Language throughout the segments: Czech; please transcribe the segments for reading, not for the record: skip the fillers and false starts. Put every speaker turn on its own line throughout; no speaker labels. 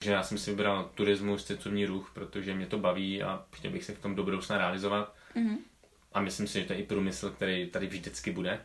Takže já jsem si vybral turismus, cestovní ruch, protože mě to baví a chtěl bych se v tom do budoucna realizovat. A myslím si, že to je i průmysl, který tady vždycky bude.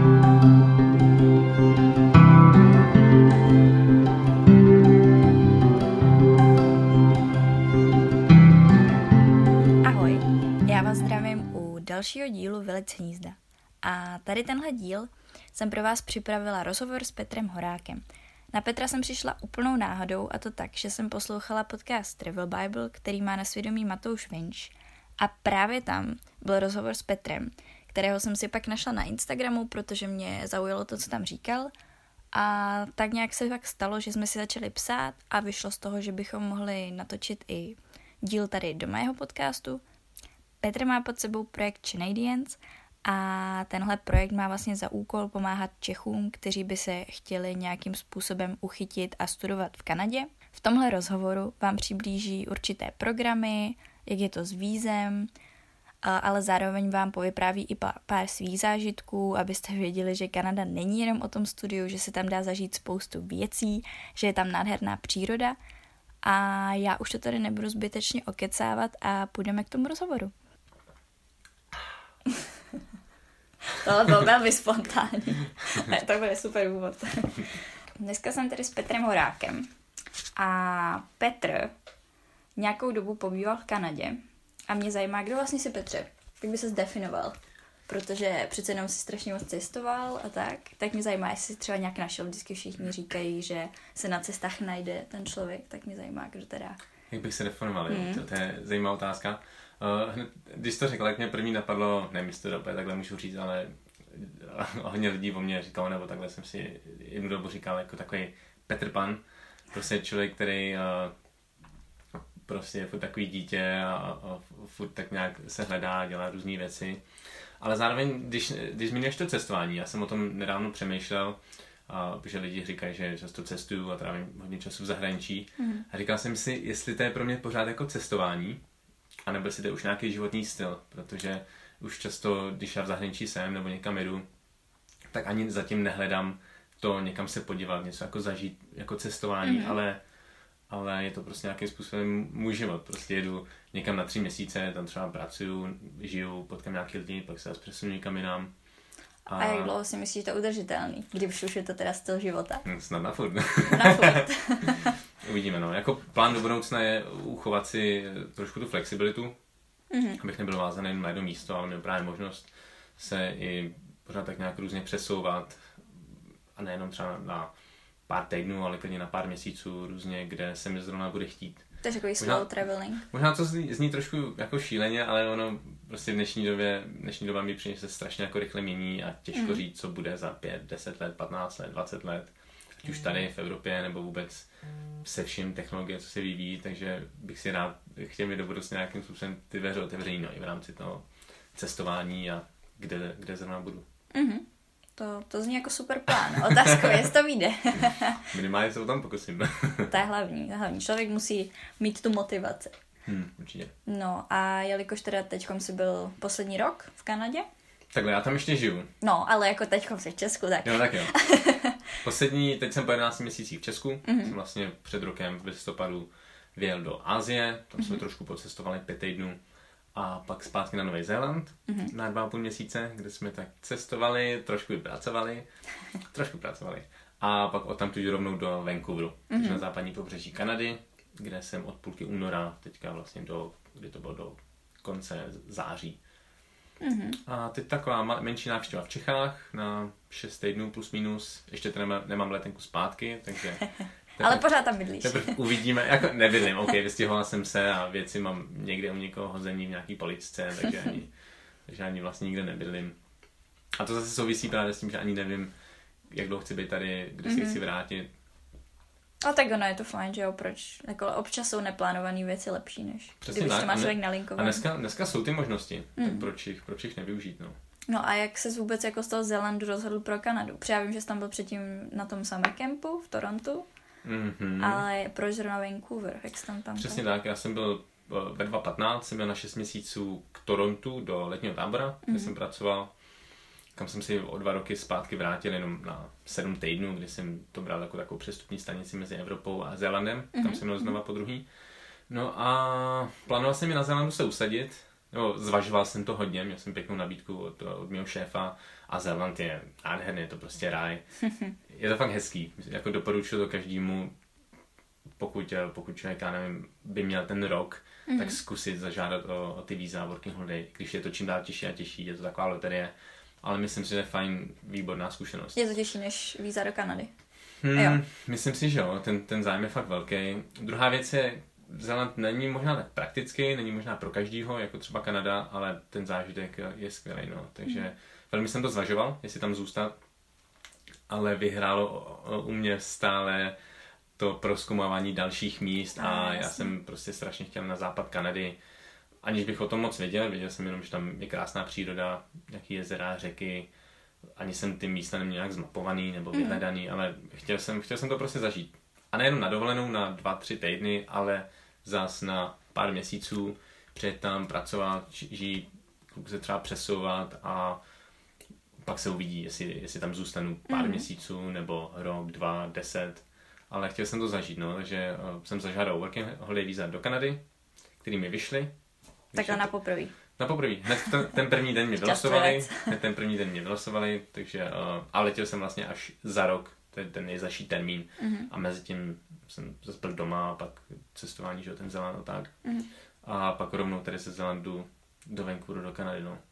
Ahoj, já vás zdravím u dalšího dílu Vylec hnízda. A tady tenhle díl jsem pro vás připravila rozhovor s Petrem Horákem. Na Petra jsem přišla úplnou náhodou, a to tak, že jsem poslouchala podcast Travel Bible, který má na svědomí Matouš Vinč. A právě tam byl rozhovor s Petrem, kterého jsem si pak našla na Instagramu, protože mě zaujalo to, co tam říkal. A tak nějak se tak stalo, že jsme si začali psát a vyšlo z toho, že bychom mohli natočit i díl tady do mého podcastu. Petr má pod sebou projekt Canadians a tenhle projekt má vlastně za úkol pomáhat Čechům, kteří by se chtěli nějakým způsobem uchytit a studovat v Kanadě. V tomhle rozhovoru vám přiblíží určité programy, jak je to s vízem, ale zároveň vám povypráví i pár svých zážitků, abyste věděli, že Kanada není jenom o tom studiu, že se tam dá zažít spoustu věcí, že je tam nádherná příroda. A já už to tady nebudu zbytečně okecávat a půjdeme k tomu rozhovoru. Tohle bylo velmi spontánní. To bude super úvod. Dneska jsem tady s Petrem Horákem. A Petr nějakou dobu pobýval v Kanadě. A mě zajímá, kdo vlastně si Petře? Jak by se zdefinoval? Protože přece jenom si strašně moc cestoval a tak mě zajímá, jestli třeba nějak našel. Vždycky všichni říkají, že se na cestách najde ten člověk, tak mě zajímá, kdo teda.
Jak bych se definoval, to je zajímavá otázka. Když to řekl, tak mě první napadlo, nevím, jestli to opět takhle můžu říct, ale hodně lidí o mě říkalo, nebo takhle jsem si jednu dobu říkal, jako takový Petr Pan, prostě člověk, který prostě je furt takový dítě a furt tak nějak se hledá, dělá různé věci. Ale zároveň, když zmíníš to cestování, já jsem o tom nedávno přemýšlel, protože lidi říkají, že často cestuju a trávím hodně času v zahraničí. A říkal jsem si, jestli to je pro mě pořád jako cestování, anebo jestli to je už nějaký životní styl, protože už často, když já v zahraničí jsem nebo někam jedu, tak ani zatím nehledám to někam se podívat, něco jako zažít, jako cestování, ale je to prostě nějakým způsobem můj život. Prostě jedu někam na 3 měsíce, tam třeba pracuju, žiju, potkám nějaký lidi, pak se přesunu někam jinam.
A jak dlouho si myslíš, že to udržitelný, když už je to teda styl života?
Snad na furt.
Na furt.
Uvidíme, no. Jako plán do budoucna je uchovat si trošku tu flexibilitu, abych nebyl vázaný jen na jedno místo, ale měl právě možnost se i pořád tak nějak různě přesouvat a nejenom třeba na pár týdnů, ale klidně na pár měsíců různě, kde se mi zrovna bude chtít.
To je takový slow traveling.
Možná to zní trošku jako šíleně, ale ono prostě v dnešní doba mi přinese strašně jako rychle mění a těžko říct, co bude za 5, 10 let, 15 let, 20 let. Ať už tady v Evropě, nebo vůbec se vším technologie, co se vyvíjí, takže bych si rád chtěl mít do budoucna nějakým způsobem ty dveře otevření, no, i v rámci toho cestování a kde zrovna budu.
To zní jako super plán. Otázkou je, jestli to vyjde.
Minimálně se o tom pokusím.
To je hlavní. Člověk musí mít tu motivaci.
Určitě.
No a jelikož teda teďkom jsi byl poslední rok v Kanadě?
Takhle, já tam ještě žiju.
No, ale jako teďkom jsi v Česku, tak.
Jo, tak jo. Teď jsem po 11 měsících v Česku. Jsem vlastně před rokem v listopadu vyjel do Asie. Tam jsme trošku pocestovali 5 týdnů. A pak zpátky na Nový Zéland na 2,5 měsíce, kde jsme tak cestovali, trošku pracovali. A pak odtamtud rovnou do Vancouveru, což na západní pobřeží Kanady, kde jsem od půlky února, teďka vlastně kdy to bylo do konce září. A teď taková menší návštěva v Čechách na 6 týdnů plus minus. Ještě teda nemám letenku zpátky, takže...
Ale pořád tam bydlíš.
Teprve uvidíme, jako nebydlím, vystěhoval jsem se a věci mám někde u někoho hození v nějaký poličce, takže ani vlastně nikde nebydlím. A to zase souvisí právě s tím, že ani nevím, jak dlouho chci být tady, kde se chci vrátit.
A tak ono je to fajn, že jo, proč? Jako občas jsou neplánované věci lepší, než
přesně
když
tak,
to máš člověk nalinkovaný.
A dneska jsou ty možnosti, tak proč jich nevyužít, no.
No a jak ses vůbec jako z toho Zélandu rozhodl pro Kanadu? Protože já vím, že jsi tam byl předtím na tom summer campu v Torontu, ale proč zrovna Vancouver? Jak jsi tam?
Přesně tak, já jsem byl ve 2015, jsem byl na 6 měsíců k Torontu do letního tábora, kde jsem pracoval kam jsem si o 2 roky zpátky vrátil jenom na 7 týdnů, kdy jsem to bral jako takovou přestupní stanici mezi Evropou a Zélandem, tam jsem byl znova po druhý. No a plánoval jsem mi na Zélandu se usadit, nebo zvažoval jsem to hodně, měl jsem pěknou nabídku od mého šéfa a Zéland je nádherný, je to prostě ráj. Je to fakt hezký, jako doporučuji to každému, pokud člověk, já nevím, by měl ten rok, tak zkusit zažádat o ty víza working holiday, když je to čím dál těžší a těžší, je to taková loterie, ale myslím si, že je fajn, výborná zkušenost.
Je to těžší než víza do Kanady?
Myslím si, že jo, ten zájem je fakt velký. Druhá věc je, Zéland není možná tak praktický, není možná pro každýho, jako třeba Kanada, ale ten zážitek je skvělý, no. Takže velmi jsem to zvažoval, jestli tam zůstat, ale vyhrálo u mě stále to prozkoumávání dalších míst a já jsem prostě strašně chtěl na západ Kanady, aniž bych o tom moc věděl jsem jenom, že tam je krásná příroda, nějaký jezera, řeky, ani jsem ty místa neměl nějak zmapovaný nebo vyhledaný, ale chtěl jsem to prostě zažít. A nejenom na dovolenou na 2-3 týdny, ale zas na pár měsíců, přijet tam, pracovat, žít, se třeba přesouvat a pak se uvidí, jestli tam zůstanu pár měsíců nebo rok, 2, 10. Ale chtěl jsem to zažít, no, takže jsem zažádal working holiday víza do Kanady, který mi vyšly.
Takhle na poprvé.
Na poprvé. Hned ten první den mě vylosovali, takže, ale letěl jsem vlastně až za rok, ten nejzazší termín. A mezi tím jsem zase byl doma a pak cestování, že ten Zéland a tak. A pak rovnou tady ze Zélandu do Vancouveru, do Kanady, no.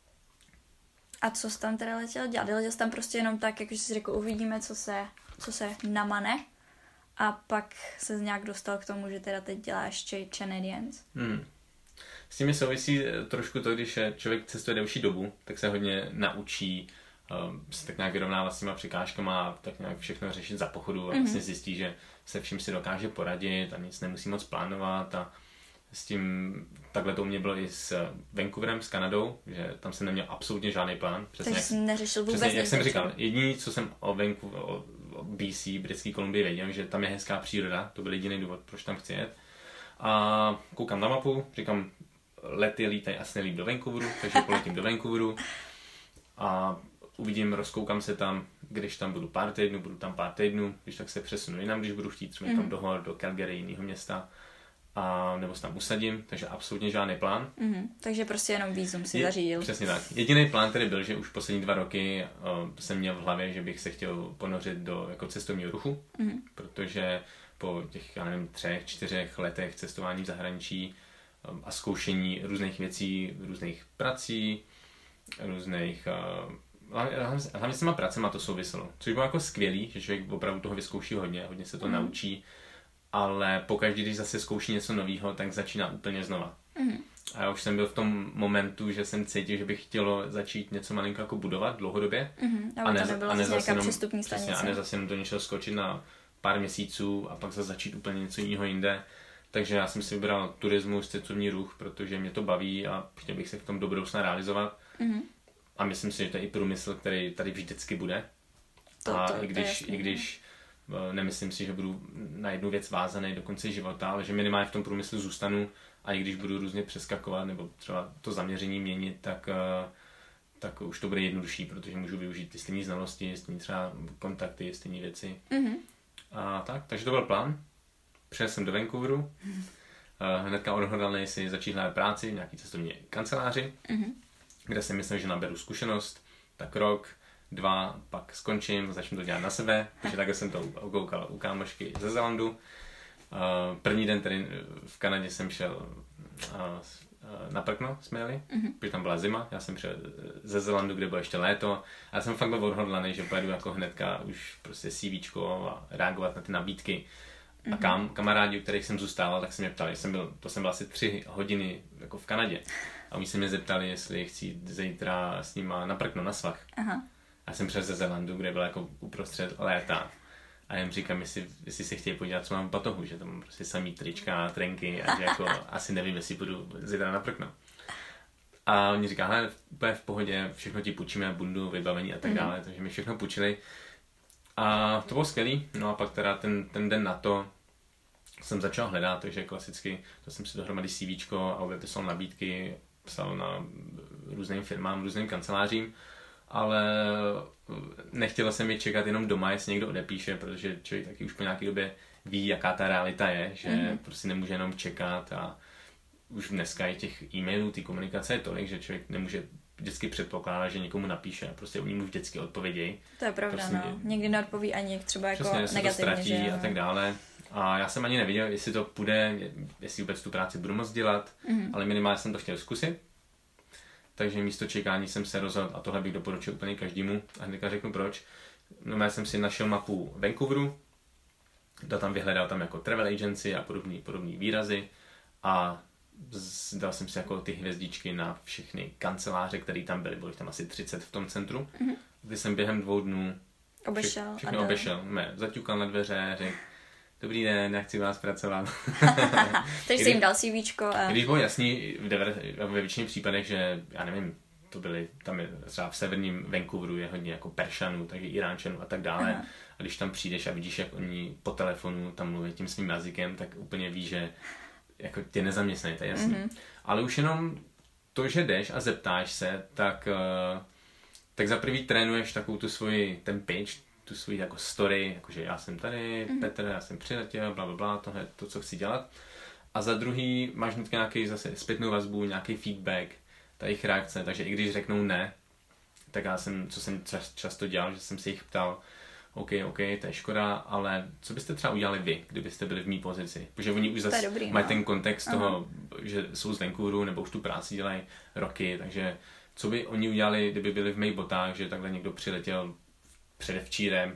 A co jsi tam teda letěl dělat? Letěl jsi tam prostě jenom tak, jak jsi řekl, uvidíme, co se namane. A pak se nějak dostal k tomu, že teda teď děláš Canadians.
S tím souvisí trošku to, když člověk cestuje delší dobu, tak se hodně naučí se tak nějak vyrovnávat s těma překážkama a tak nějak všechno řešit za pochodu a vlastně zjistí, že se vším si dokáže poradit a nic nemusí moc plánovat a s tím, takhle to u mě bylo i s Vancouverem, s Kanadou, že tam jsem neměl absolutně žádný plán.
Takže jsi neřešil vůbec nic.
Jak jsem říkal, jediné, co jsem o Vancouver, o BC, Britské Kolumbii věděl, že tam je hezká příroda, to byl jediný důvod, proč tam chci jet. A koukám na mapu, říkám, lety lítají asi líp do Vancouveru, takže poletím do Vancouveru a uvidím, rozkoukám se tam, když tam budu tam pár týdnů, když tak se přesunu jinam, když budu chtít třeba tam do hor, do Calgary, jiného města, a nebo se tam usadím, takže absolutně žádný plán.
Takže prostě jenom vízum si zařídil.
Přesně tak. Jediný plán tedy byl, že už poslední 2 roky jsem měl v hlavě, že bych se chtěl ponořit do jako cestovního ruchu, protože po těch, já nevím, 3-4 letech cestování v zahraničí a zkoušení různých věcí, různých prací, různých hlavně s těma pracema to souviselo. Což bylo jako skvělý, že člověk opravdu toho vyzkouší hodně se to naučí, ale pokaždý, když zase zkouší něco nového, tak začíná úplně znova. A já už jsem byl v tom momentu, že jsem cítil, že bych chtělo začít něco malinko jako budovat dlouhodobě.
A ne zase jenom přestupní stanice.
A ne zase jenom do něčeho skočit na pár měsíců a pak zase začít úplně něco jiného jinde. Takže já jsem si vybral turismus, cestovní ruch, protože mě to baví a chtěl bych se v tom do budoucna realizovat. A myslím si, že to je i průmysl, který tady vždycky bude. I když nemyslím si, že budu na jednu věc vázaný do konce života, ale že minimálně v tom průmyslu zůstanu a i když budu různě přeskakovat nebo třeba to zaměření měnit, tak už to bude jednodušší, protože můžu využít ty stejné znalosti, stejné třeba kontakty, stejné věci. A tak, takže to byl plán. Přijel jsem do Vancouveru, hnedka odhodlaný si začít hledat práci v nějaký cestovní kanceláři, kde jsem myslel, že naberu zkušenost, tak rok, 2, pak skončím, začnu to dělat na sebe, takže takhle jsem to ukoukal u kámošky ze Zélandu. První den tedy v Kanadě jsem šel na prkno, jsme jeli, protože tam byla zima, já jsem přijel ze Zélandu, kde bylo ještě léto a já jsem fakt byl odhodlaný, že pojedu jako hnedka už prostě CVčko a reagovat na ty nabídky. A kamarádi, u kterých jsem zůstával, tak se mě ptali, to jsem byl asi 3 hodiny jako v Kanadě a oni se mě zeptali, jestli chci jít zítra s nima na prkno, na svah. Já jsem přes ze Zélandu, kde byl jako uprostřed léta. A já jim říkám, jestli se chtějí podívat, co mám v batohu, že tam mám prostě samý trička a trenky a že jako asi nevím, jestli budu zítra na prkno. A oni říkají, hele, úplně v pohodě, všechno ti půjčíme, bundu, vybavení a tak dále, takže mi všechno půjčili. A to bylo skvělý, no a pak teda ten den na to jsem začal hledat, takže klasicky, to jsem si dohromady CVčko a objevil jsem nabídky, psal na různým firmám, různým kancelářím ale nechtělo se mi čekat jenom doma, jestli někdo odepíše, protože člověk taky už po nějaké době ví, jaká ta realita je, že prostě nemůže jenom čekat a už dneska i těch e-mailů, ty komunikace je tolik, že člověk nemůže vždycky předpokládá, že někomu napíše a prostě oni mu vždycky odpovědějí.
To je pravda, prostě no. Někdy neodpoví ani třeba jako
přesně,
negativně,
to ztratí
že
a tak dále. A já jsem ani nevěděl, jestli to půjde, jestli vůbec tu práci budu moct dělat, ale minimálně jsem to chtěl zkusit. Takže místo čekání jsem se rozhodl, a tohle bych doporučil úplně každému, a hnedka řeknu proč. No, já jsem si našel mapu Vancouveru, tam vyhledal tam jako travel agency a podobný výrazy a dal jsem si jako ty hvězdičky na všechny kanceláře, které tam byly. Bylo tam asi 30 v tom centru, kdy jsem během 2 dnů všechno obešel. Zaťukal na dveře, řekl, dobrý den, já chci vás pracovat.
Takže jsi jim dal CVčko a...
Když bylo jasný ve většině případech, že, já nevím, to byly, tam je třeba v severním Vancouveru je hodně jako Peršanů, takže Iránčanů a tak dále. Aha. A když tam přijdeš a vidíš, jak oni po telefonu tam mluví tím svým jazykem, tak úplně víš, že jako tě nezaměstnají, to je jasný. Ale už jenom to, že jdeš a zeptáš se, tak za prvý trénuješ takovou tu svoji, ten pitch, tu svoji jako story, jakože já jsem tady, Petr, já jsem přiletěl, blablabla, tohle to, co chci dělat. A za druhý máš vždycky nějaký zase zpětnou vazbu, nějaký feedback, ta jejich reakce, takže i když řeknou ne, tak co jsem často dělal, že jsem se jich ptal, OK, to je škoda, ale co byste třeba udělali vy, kdybyste byli v mý pozici? Protože oni už zase mají ten kontext toho, že jsou z Vancouveru, nebo už tu práci dělají roky, takže co by oni udělali, kdyby byli v mých botách, že takhle někdo přiletěl předevčírem,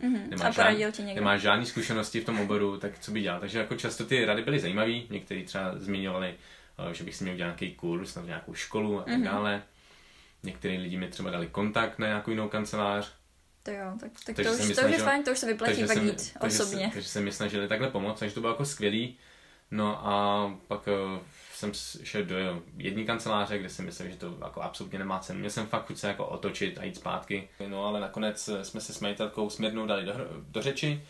nemá žádný zkušenosti v tom oboru, tak co by dělal? Takže jako často ty rady byly zajímavý, někteří třeba zmiňovali, že bych si měl udělat nějaký kurz na nějakou školu a tak dále. Některý lidi mi třeba dali kontakt na nějakou jinou kancelář.
To jo, tak to už je fajn, to už se vyplatí pak jít osobně.
Takže se mi snažili takhle pomoct, takže to bylo jako skvělý. No a pak jsem šel do jedné kanceláře, kde jsem myslel, že to jako absolutně nemá cenu. Měl jsem fakt chuť se jako otočit a jít zpátky. No ale nakonec jsme se s majitelkou Smirnou dali do řeči.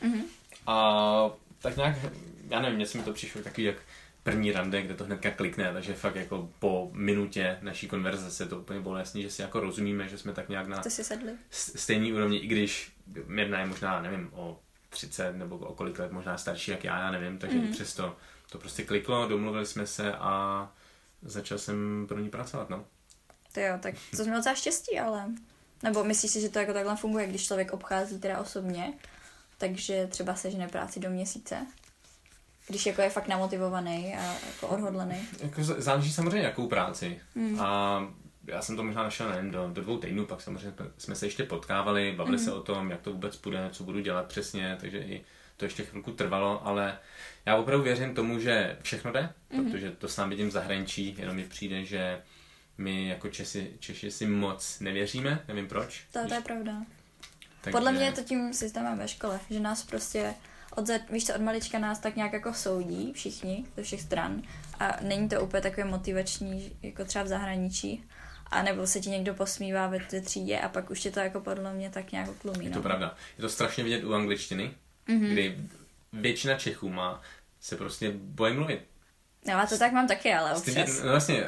A tak nějak, já nevím, mně se mi to přišlo takový jak první rande, kde to hnedka klikne, takže fakt jako po minutě naší konverzace to úplně bylo jasný, že si jako rozumíme, že jsme tak nějak na stejný úrovni, i když Mirna je možná, nevím, o 30 nebo o kolik let možná starší jak já nevím, takže i přesto to prostě kliklo, domluvili jsme se a začal jsem pro ní pracovat, no.
To jo, tak to jsme docela štěstí, ale... Nebo myslíš si, že to jako takhle funguje, když člověk obchází teda osobně, takže třeba sežene práci do měsíce? Když jako je fakt namotivovaný a jako odhodlaný.
Jako záleží samozřejmě jakou práci. A já jsem to možná našel nevím, do 2 týdnů, pak samozřejmě jsme se ještě potkávali, bavili se o tom, jak to vůbec půjde, co budu dělat přesně, takže i to ještě chvilku trvalo, ale já opravdu věřím tomu, že všechno jde, protože to sám vidím v zahraničí, jenom mi přijde, že my jako Češi si moc nevěříme, nevím proč.
To je pravda. Takže... Podle mě je to tím systémem ve škole, že nás prostě od malička nás tak nějak jako soudí všichni ze všech stran a není to úplně takové motivační jako třeba v zahraničí. A nebo se ti někdo posmívá ve třídě a pak už tě to jako podle mě tak nějak tlumí.
Je to pravda. Je to strašně vidět u angličtiny, kdy většina Čechů se prostě bojí mluvit.
No a to tak mám taky, ale občas.
No vlastně,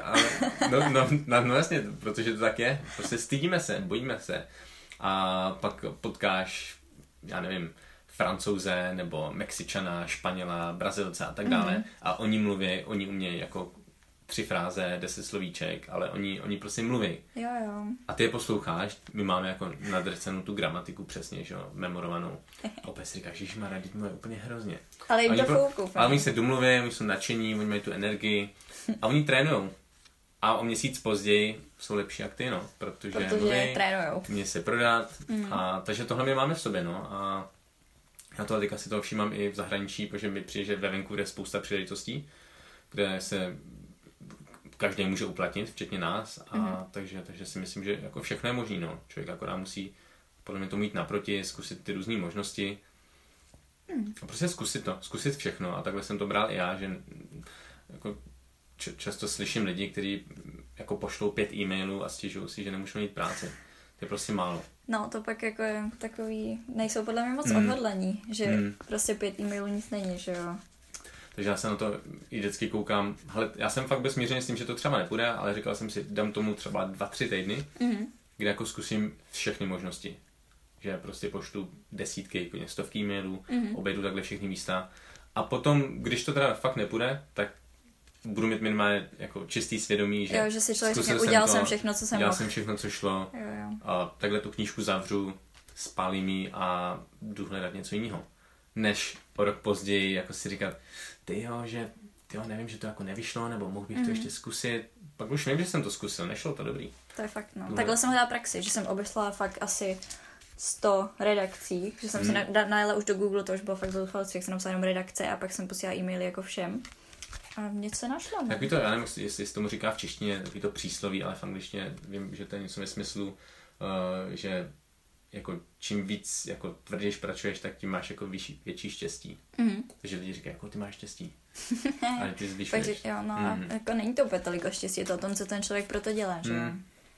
vlastně, protože to tak je. Prostě stydíme se, bojíme se. A pak potkáš, já nevím, Francouze nebo Mexičana, Španěla, Brazilce a tak dále. A oni umějí jako 3 fráze, 10 slovíček, ale oni prostě mluví.
Jo.
A ty je posloucháš, my máme jako nadrcenou tu gramatiku přesně, že jo, memorovanou. A opět si říkáš, ježišmarja, teď mluví úplně hrozně.
Ale jim to foukou.
Ale oni se domluví, oni jsou nadšení, oni mají tu energii a oni trénujou. A o měsíc později jsou lepší jak ty, no, protože
trénujou.
Umějí se prodat. A takže tohle my máme v sobě, no. A já to teďka si toho všímám i v zahraničí, protože mi přijde, že ve Vancouveru je spousta příležitostí, kde se každý může uplatnit, včetně nás, a takže si myslím, že jako všechno je možný, no. Člověk akorát musí podle mě to mít naproti, zkusit ty různé možnosti. A prostě zkusit všechno. A takhle jsem to bral i já, že jako často slyším lidi, kteří jako pošlou 5 e-mailů a stěžují si, že nemůžou mít práci. To je prostě málo.
No, to pak jako je takový, nejsou podle mě moc odhodlaní, že prostě 5 e-mailů nic není, že jo.
Takže já se na to i vždycky koukám. Hele, já jsem fakt bezmířený s tím, že to třeba nepůjde, ale říkal jsem si, dám tomu třeba 2-3 týdny kde jako zkusím všechny možnosti. Že prostě pošlu desítky, jako stovky e-mailů, obejdu takhle všechny místa. A potom, když to teda fakt nepůjde, tak budu mít minimálně jako čistý svědomí, že,
jo, že si člověk řekne, udělal jsem všechno, co jsem mohl.
Udělal jsem všechno, co šlo.
Jo.
A takhle tu knížku zavřu, spálím ji a jdu hledat něco jiného. Než o rok později jako si říkat, nevím, že to jako nevyšlo, nebo mohl bych to ještě zkusit. Pak už vím, že jsem to zkusil, nešlo to dobrý.
To je fakt, no. Takhle jsem hledala praxi, že jsem obešla fakt asi 100 redakcí, že jsem si najela už do Google, to už bylo fakt zoufalství, jak jsem napsala jenom redakce a pak jsem posílala e-maily jako všem. A něco se našlo. No.
Takový to, já nevím, jestli se tomu říká v češtině, takový to přísloví, ale v angličtině vím, že to je něco ve smyslu, že jako čím víc jako tvrději pracuješ, tak tím máš jako větší štěstí. Takže lidi říkají, jako ty máš štěstí. Ale ty zvyšuješ.
Jo, no jako není to úplně toliko štěstí, je to o tom, co ten člověk pro to dělá, že jo.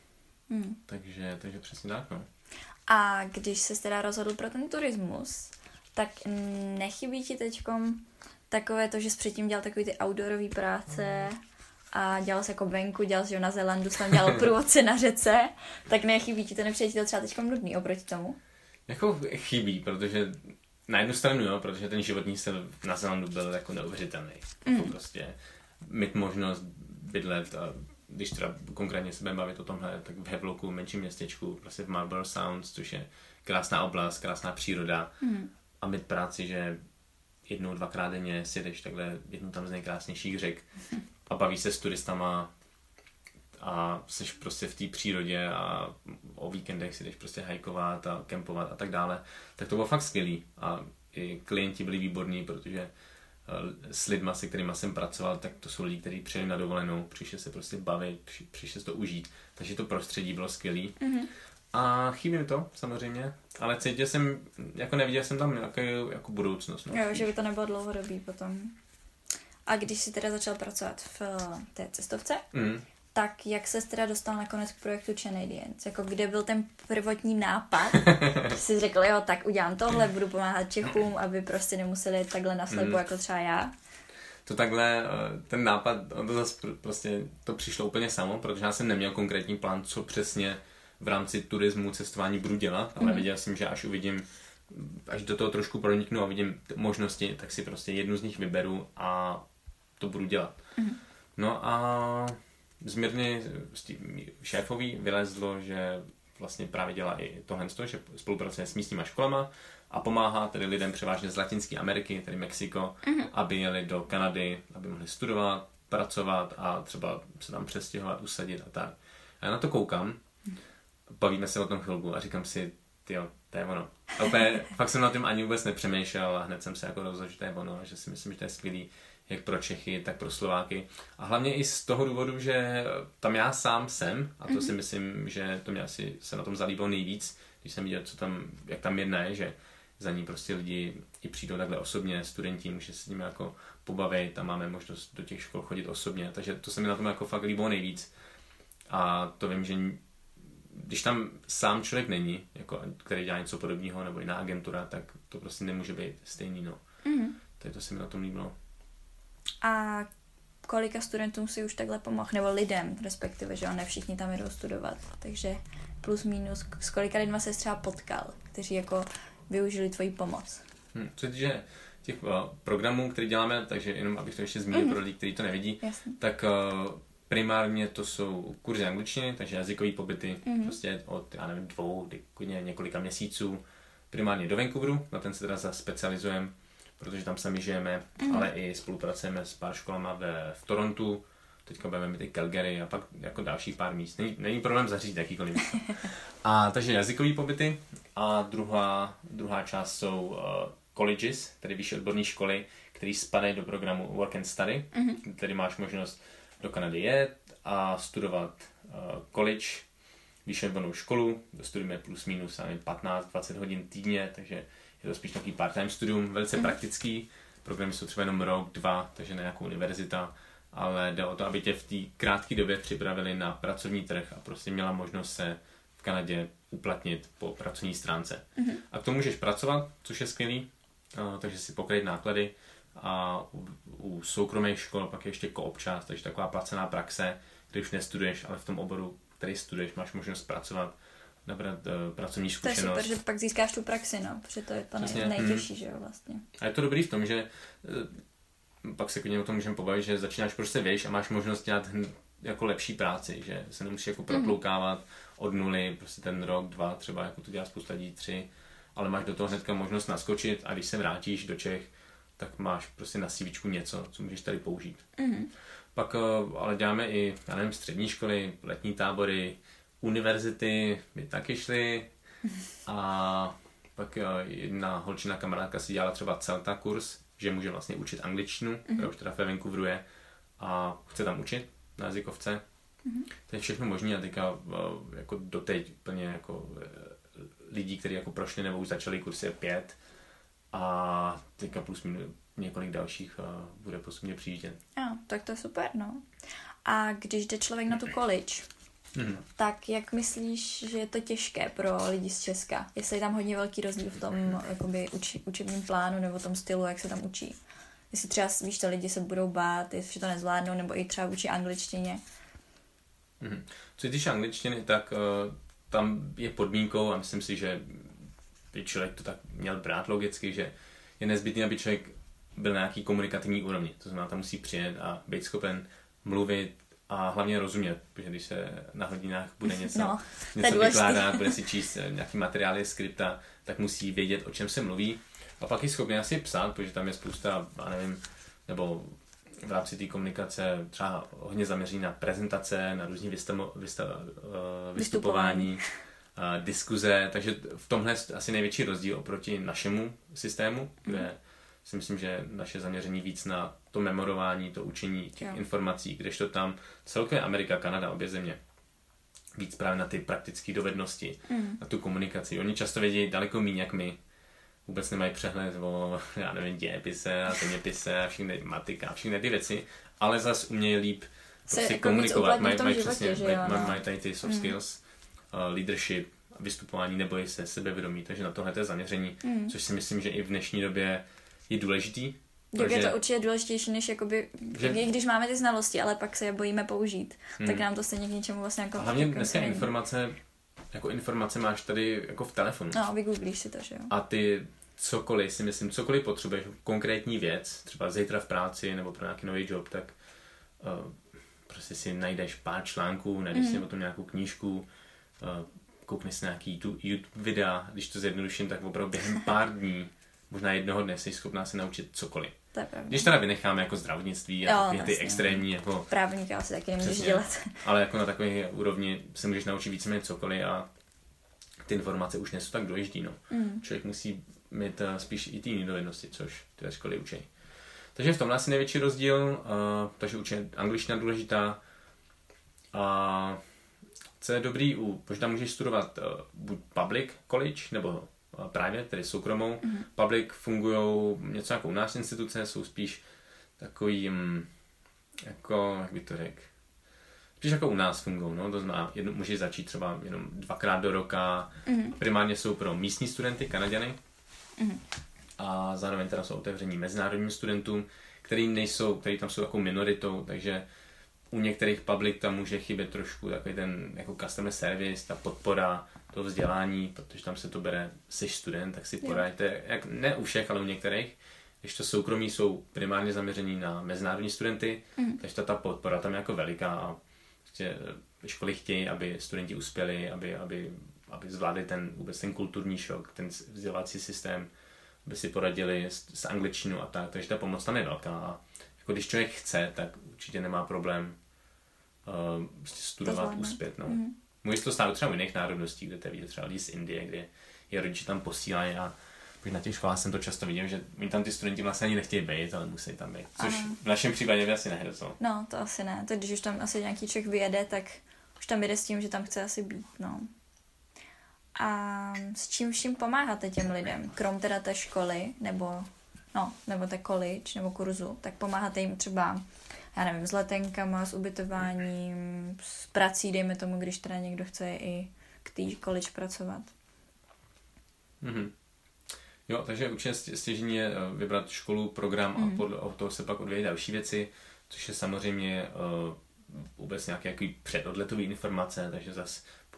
Takže přesně tak, no.
A když se teda rozhodl pro ten turismus, tak nechybí ti teďkom takové to, že jsi předtím dělal takový ty outdoorové práce a dělal jsi jako venku, dělal jsi na Zélandu, jsi tam dělal průvodce na řece, tak nechybí ti to, nepřijde ti to třeba teďkom nudný oproti tomu?
Jako chybí, protože na jednu stranu jo, protože ten životní styl na Zélandu byl jako neuvěřitelný. Jako prostě mít možnost bydlet a když teda konkrétně se budeme bavit o tomhle, tak v Havelocku, menším městečku, prostě v Marlborough Sounds, což je krásná oblast, krásná příroda a mít práci, že 1-2krát denně si jdeš takhle jednu tam z nejkrásnějších řek a bavíš se s turistama a jsi prostě v té přírodě a o víkendech si jdeš prostě hajkovat a kempovat a tak dále, tak to bylo fakt skvělý a i klienti byli výborní, protože s lidma, se kterýma jsem pracoval, tak to jsou lidi, kteří přijeli na dovolenou, přišli se prostě bavit, přišli se to užít, takže to prostředí bylo skvělý. A chybí mi to, samozřejmě, ale cítil jsem, jako neviděl jsem tam nějakou jako budoucnost. No,
jo, že by to nebylo dlouhodobý potom. A když jsi teda začal pracovat v té cestovce, tak jak ses teda dostal nakonec k projektu Canadians? Jako kde byl ten prvotní nápad? Jsi řekl, jo, tak udělám tohle, budu pomáhat Čechům, aby prostě nemuseli jít takhle naslepo jako třeba já.
To takhle, ten nápad, to zase prostě to přišlo úplně samo, protože já jsem neměl konkrétní plán, co přesně v rámci turismu, cestování budu dělat, ale viděl jsem, že až do toho trošku proniknu a vidím možnosti, tak si prostě jednu z nich vyberu a to budu dělat. No a zmírně šéfový vylezlo, že vlastně právě dělá i tohle, že spolupracuje s místníma školama a pomáhá tedy lidem převážně z Latinské Ameriky, tedy Mexiko, aby jeli do Kanady, aby mohli studovat, pracovat a třeba se tam přestěhovat, usadit a tak. A já na to koukám, bavíme se o tom chvilku a říkám si, tyjo, to je ono. A úplně, fakt jsem na tím ani vůbec nepřemýšlel a hned jsem se jako rozhodl, že to je ono a že si myslím, že to je skvělý jak pro Čechy, tak pro Slováky. A hlavně i z toho důvodu, že tam já sám jsem, a to si myslím, že to mě asi se na tom zalíbilo nejvíc, když jsem viděl, jak tam jedna je, že za ní prostě lidi i přijdou takhle osobně, studenti, může se s nimi jako pobavit a máme možnost do těch škol chodit osobně, takže to se mi na tom jako fakt líbilo nejvíc. A to vím, že když tam sám člověk není, jako, který dělá něco podobného, nebo jiná agentura, tak to prostě nemůže být stejný, no. Takže to se mi na tom líbilo.
A kolika studentům si už takhle pomohl, nebo lidem, respektive, že ne všichni tam jdou studovat, takže plus minus, s kolika lidma se třeba potkal, kteří jako využili tvoji pomoc?
Co se týče těch programů, které děláme, takže jenom abych to ještě zmínil pro lidi, kteří to nevidí, tak primárně to jsou kurzy angličtiny, takže jazykové pobyty, prostě od, já nevím, 2, několika měsíců, primárně do Vancouveru, na ten se teda specializujeme, protože tam sami žijeme, ale i spolupracujeme s pár školama v Torontu, teďka budeme mít i Calgary a pak jako dalších pár míst. Není problém zařídit jakýkoliv místo. A takže jazykový pobyty a druhá část jsou colleges, tedy vyšší odborné školy, které spadají do programu Work and Study, tedy máš možnost do Kanady jet a studovat college, vyšší odbornou školu, studujeme plus minus 15-20 hodin týdně, takže je to spíš takový part-time studium, velice praktický, programy jsou třeba jenom rok, 2, takže ne jako univerzita, ale jde o to, aby tě v té krátké době připravili na pracovní trh a prostě měla možnost se v Kanadě uplatnit po pracovní stránce. A k tomu můžeš pracovat, což je skvělý, takže si pokryt náklady a u soukromých škol pak je ještě co-op část, takže taková placená praxe, kde už nestuduješ, ale v tom oboru, který studuješ, máš možnost pracovat nabrat pracovní
To je
zkušenost.
super, že pak získáš tu praxi, no, protože to je to nejtěžší, že jo, vlastně.
A je to dobrý v tom, že pak se klidně o tom můžeme pobavit, že začínáš prostě věš a máš možnost dělat jako lepší práci, že se nemusíš jako protloukávat od nuly, prostě ten rok, 2 třeba, jako to dělá spousta lidí, 3, ale máš do toho hnedka možnost naskočit a když se vrátíš do Čech, tak máš prostě na CVčku něco, co můžeš tady použít. Pak ale děláme i, já nevím, střední školy, letní tábory, univerzity, my taky šli a pak jedna holčina kamarádka si dělala třeba CELTA kurz, že může vlastně učit angličtinu, která už teda ve Vancouveru je a chce tam učit na jazykovce. To je všechno možné a teďka jako doteď plně jako lidí, kteří jako prošli nebo už začali kursy je 5 a teďka plus minus několik dalších bude postupně přijíždět.
Jo, tak to je super, no. A když jde člověk na tu college, tak jak myslíš, že je to těžké pro lidi z Česka? Jestli je tam hodně velký rozdíl v tom jakoby učebním plánu nebo tom stylu, jak se tam učí? Jestli třeba, víš, že lidi se budou bát, jestli to nezvládnou, nebo i třeba učí angličtině?
Co se týče angličtiny, tak tam je podmínkou a myslím si, že by člověk to tak měl brát logicky, že je nezbytný, aby člověk byl na nějaký komunikativní úrovni. To znamená, tam musí přijet a být schopen mluvit a hlavně rozumět, protože když se na hodinách bude něco vykládat, bude si číst nějaký materiály, skripta, tak musí vědět, o čem se mluví. A pak je schopný asi psát, protože tam je spousta, já nevím, nebo v rámci té komunikace třeba hodně zaměří na prezentace, na různý vystupování, diskuze, takže v tomhle je asi největší rozdíl oproti našemu systému, kde si myslím, že naše zaměření víc na to memorování, to učení těch informací, kdežto tam celkově Amerika, Kanada, obě země, víc právě na ty praktické dovednosti, na tu komunikaci. Oni často vědí daleko méně jak my, vůbec nemají přehled o, já nevím, dějepise a zeměpise a všechny matika a všechny ty věci, ale zas umějí líp prostě jako komunikovat. Mají tady ty soft skills, leadership, vystupování, nebojí se, sebevědomí, takže na tohle je zaměření, což si myslím, že i v dnešní době je důležitý.
Je to určitě důležitější, než jakoby, když máme ty znalosti, ale pak se je bojíme použít, tak nám to stejně k něčemu vlastně jako...
Hlavně dneska informace máš tady jako v telefonu.
No, vygooglíš si to, že jo.
A ty cokoliv potřebuješ, konkrétní věc, třeba zítra v práci nebo pro nějaký nový job, tak prostě si najdeš pár článků, najdeš si o tom nějakou knížku, koukneš si nějaký YouTube videa, když to zjednoduším, tak opravdu během pár dní, možná jednoho dne jsi schopná se naučit cokoliv. Když teda vynecháme jako zdravotnictví a ty extrémní jako...
Právníka asi taky nemůžeš dělat.
Ale jako na takové úrovni se můžeš naučit víceméně cokoliv a ty informace už nejsou tak důležitý, no. Člověk musí mít spíš i ty dovednosti, což ty ve školy učí. Takže v tomhle asi největší rozdíl, takže učí angličtina důležitá a co je dobrý, protože tam můžeš studovat buď public college nebo private, tedy soukromou. Public fungujou něco jako u nás instituce, jsou spíš takový, jako, jak bych to řekl, spíš jako u nás fungují, no, to znamená, můžeš začít třeba jenom 2krát do roka, primárně jsou pro místní studenty, Kanaďany, a zároveň teda jsou otevření mezinárodním studentům, který tam jsou jako minoritou, takže u některých public tam může chybět trošku takový ten jako customer service, ta podpora, to vzdělání, protože tam se to bere, jsi student, tak si poradíte, ne u všech, ale u některých, když to soukromí jsou primárně zaměření na mezinárodní studenty, takže ta podpora tam je jako veliká a prostě školy chtějí, aby studenti uspěli, aby zvládli vůbec ten kulturní šok, ten vzdělávací systém, aby si poradili s angličtinou a tak, takže ta pomoc tam je velká a jako když člověk chce, tak určitě nemá problém studovat, uspět, no. Můžeš to stát třeba u jiných národností, kde to vidět třeba lidi z Indie, kde je rodiče tam posílají a na těch školách jsem to často viděl, že oni tam ty studenti vlastně ani nechtějí být, ale musí tam být, což v našem případě by asi nehrozilo.
No, to asi ne, to když už tam asi nějaký člověk vyjede, tak už tam jede s tím, že tam chce asi být, no. A s čím vším pomáháte těm lidem, krom teda té školy, nebo té college, nebo kurzu, tak pomáháte jim třeba, já nevím, s letenkama, s ubytováním, s prací, dejme tomu, když teda někdo chce i k té college pracovat.
Jo, takže určitě stěžení je vybrat školu, program a od toho se pak odvíjí další věci, což je samozřejmě vůbec nějaké předodletové informace, takže zase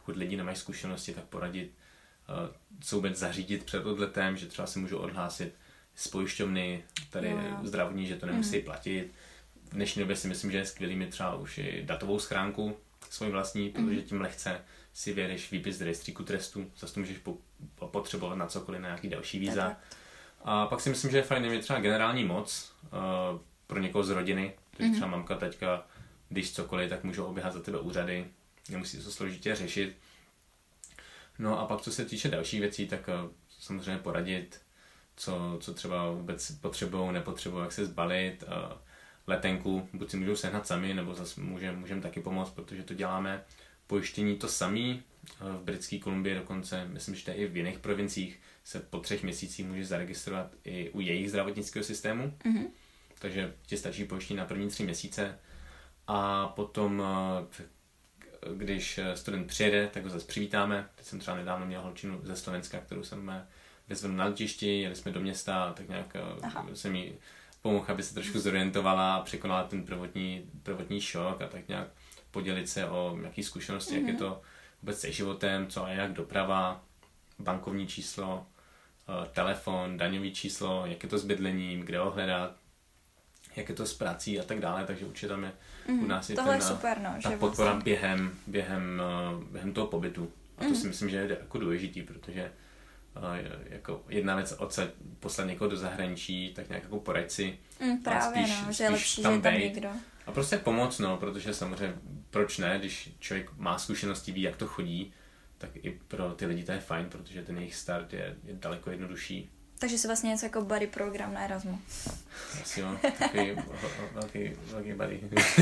pokud lidi nemají zkušenosti, tak poradit, co vůbec zařídit před odletem, že třeba si můžou odhlásit z pojišťovny, tady zdravotní, že to nemusí platit. V dnešní době si myslím, že je skvělý mít třeba už i datovou schránku svůj vlastní, protože tím lehce si vědeš výpis z rejstříku trestů, zase to můžeš potřebovat na cokoliv, na nějaký další víza. A pak si myslím, že je fajn mít třeba generální moc pro někoho z rodiny, takže třeba mamka, taťka, když cokoliv, tak můžou oběhat za tebe úřady, nemusí to složitě řešit. No a pak co se týče dalších věcí, tak samozřejmě poradit, co třeba vůbec potřebují, nepotřebují, jak se zbalit, letenku, buď si můžou sehnat sami, nebo zase můžeme taky pomoct, protože to děláme. Pojištění to samý, v Britské Kolumbii dokonce, myslím, že to je i v jiných provinciích, se po 3 měsících může zaregistrovat i u jejich zdravotnického systému, takže ti stačí pojištění na první 3 měsíce a potom, když student přijede, tak ho zase přivítáme. Teď jsem třeba nedávno měl holčinu ze Slovenska, kterou jsem vyzvedl na letišti, jeli jsme do města, tak nějak jsem jí pomohl, aby se trošku zorientovala a překonala ten prvotní šok a tak nějak podělit se o nějaké zkušenosti, jak je to vůbec se životem, co a jak doprava, bankovní číslo, telefon, daňový číslo, jak je to s bydlením, kde ho hledat, jak je to s prací a tak dále, takže určitě tam je u nás i ta podpora během toho pobytu. A to si myslím, že je jako důležitý, protože jako jedna věc odsaď poslat někoho do zahraničí, tak nějak jako poraď si.
Právě, že je lepší, že je tam někdo.
A prostě pomoct, protože samozřejmě proč ne, když člověk má zkušenosti, ví, jak to chodí, tak i pro ty lidi to je fajn, protože ten jejich start je daleko jednodušší.
Takže si vlastně něco jako buddy program na Erasmu.
Asi jo, takový velký buddy.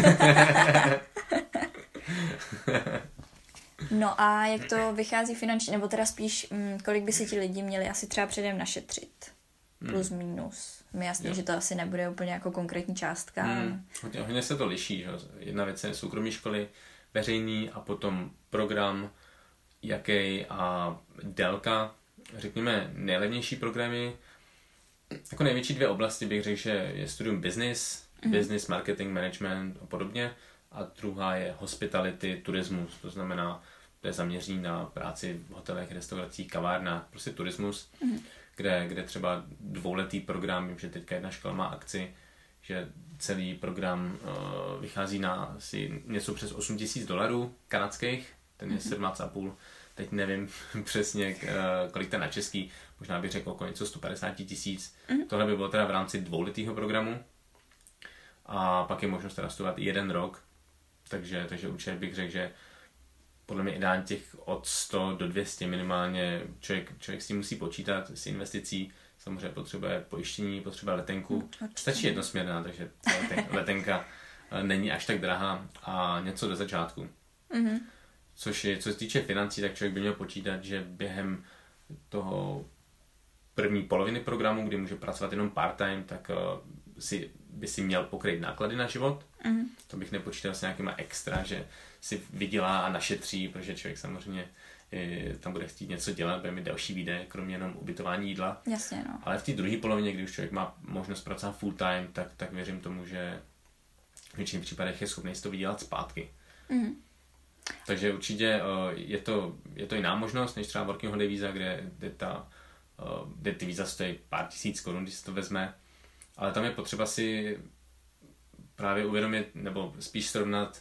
No a jak to vychází finančně, nebo teda spíš, kolik by si ti lidi měli asi třeba předem našetřit? Plus minus. Mi jasný, že to asi nebude úplně jako konkrétní částka.
Hodně se to liší. Že? Jedna věc je soukromé školy, veřejný a potom program, jaký a délka. Řekněme nejlevnější programy. Jako největší 2 oblasti bych řekl, že je studium business, business, marketing, management a podobně. A druhá je hospitality, turismus, to znamená, to je zaměření na práci v hotelech, restauracích, kavárnách, prostě turismus, kde třeba 2letý program, vím, že teďka jedna škola má akci, že celý program vychází na asi něco přes $8,000 kanadských, ten je 17,5, teď nevím přesně, kolik to je na český, možná bych řekl okolo něco 150,000. Tohle by bylo teda v rámci 2letého programu a pak je možnost teda studovat 1 rok, takže určitě bych řekl, že podle mě ideálně těch od 100 do 200 minimálně člověk s tím musí počítat, s investicí, samozřejmě potřebuje pojištění, potřebuje letenku, stačí jednosměrná, takže letenka není až tak drahá a něco do začátku. Co se týče financí, tak člověk by měl počítat, že během toho první poloviny programu, kdy může pracovat jenom part-time, tak by si měl pokryt náklady na život. To bych nepočítal s nějakýma extra, že si vydělá a našetří, protože člověk samozřejmě tam bude chtít něco dělat, bude mít další výdaje, kromě jenom ubytování jídla.
Jasně, no.
Ale v té druhé polovině, kdy už člověk má možnost pracovat full time, tak věřím tomu, že v většině případech je schopný si to vydělat zpátky. Takže určitě je to jiná možnost, než třeba working holiday víza, kde ty víza stojí pár tisíc korun, když se to vezme. Ale tam je potřeba si právě uvědomit, nebo spíš srovnat,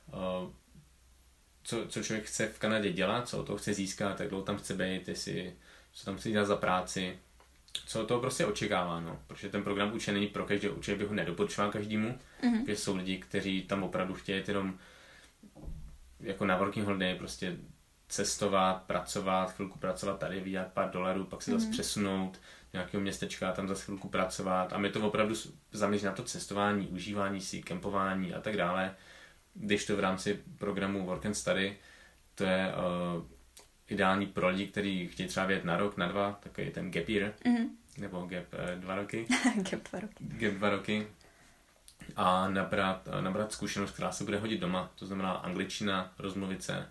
co člověk chce v Kanadě dělat, co od toho chce získat, jak dlouho tam chce být, co tam chce dělat za práci, co toho prostě očekává, no. Protože ten program určitě není pro každého, určitě bych ho nedoporučoval každému, protože jsou lidi, kteří tam opravdu chtějí jenom jako na working holiday prostě cestovat, pracovat, chvilku pracovat tady, vydělat pár dolarů, pak se zase přesunout nějakého městečka, tam zase chvilku pracovat a my to opravdu zaměříme na to cestování, užívání si, kempování a tak dále. Když to v rámci programu Work and Study, to je ideální pro lidi, kteří chtějí třeba vyjet na rok, na 2, takový ten gap year, nebo gap 2 roky. Gap 2 roky. A nabrat zkušenost, která se bude hodit doma, to znamená angličtina, rozmluvit se,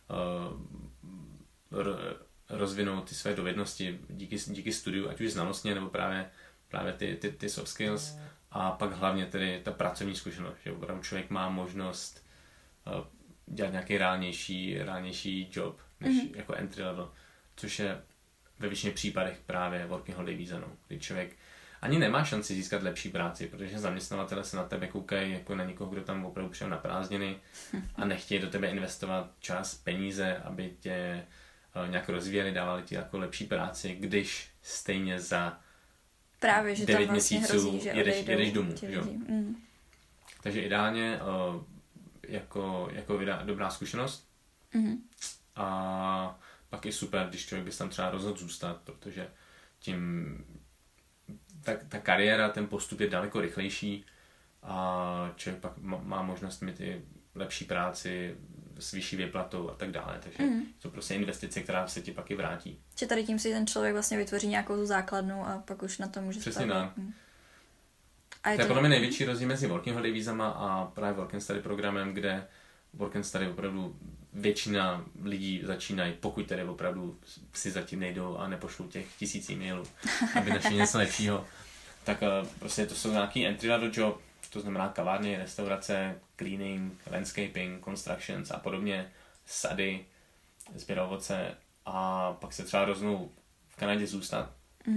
rozvinout ty své dovednosti díky studiu, ať už znalostně, nebo právě ty soft skills a pak hlavně tedy ta pracovní zkušenost, že opravdu člověk má možnost dělat nějaký reálnější job, než jako entry level, což je ve většině případech právě working holiday víza, no, kdy člověk ani nemá šanci získat lepší práci, protože zaměstnavatele se na tebe koukají jako na někoho, kdo tam opravdu přijel na prázdniny a nechtějí do tebe investovat čas, peníze, aby tě nějak rozvíjeli, dávali ti jako lepší práci, když stejně za
právě, že
9
tam vlastně
měsíců
hrozí, že
jedeš domů. Takže ideálně jako dobrá zkušenost a pak je super, když člověk by se tam třeba rozhodl zůstat, protože tím ta kariéra, ten postup je daleko rychlejší a člověk pak má možnost mít i lepší práci s vyšší výplatou a tak dále, takže to prostě investice, která se ti pak i vrátí.
Že tady tím si ten člověk vlastně vytvoří nějakou tu základnu a pak už na to může
přesně tak. To je podle mě největší rozdíl mezi working holiday vízama a právě work and study programem, kde work and study opravdu většina lidí začínají, pokud tedy opravdu si zatím nejdou a nepošlou těch 1000 e-mailů, aby našli něco lepšího. Tak prostě to jsou nějaký entry level job, to znamená kavárny, restaurace, cleaning, landscaping, constructions a podobně, sady, sběr ovoce a pak se třeba rozhodnou v Kanadě zůstat.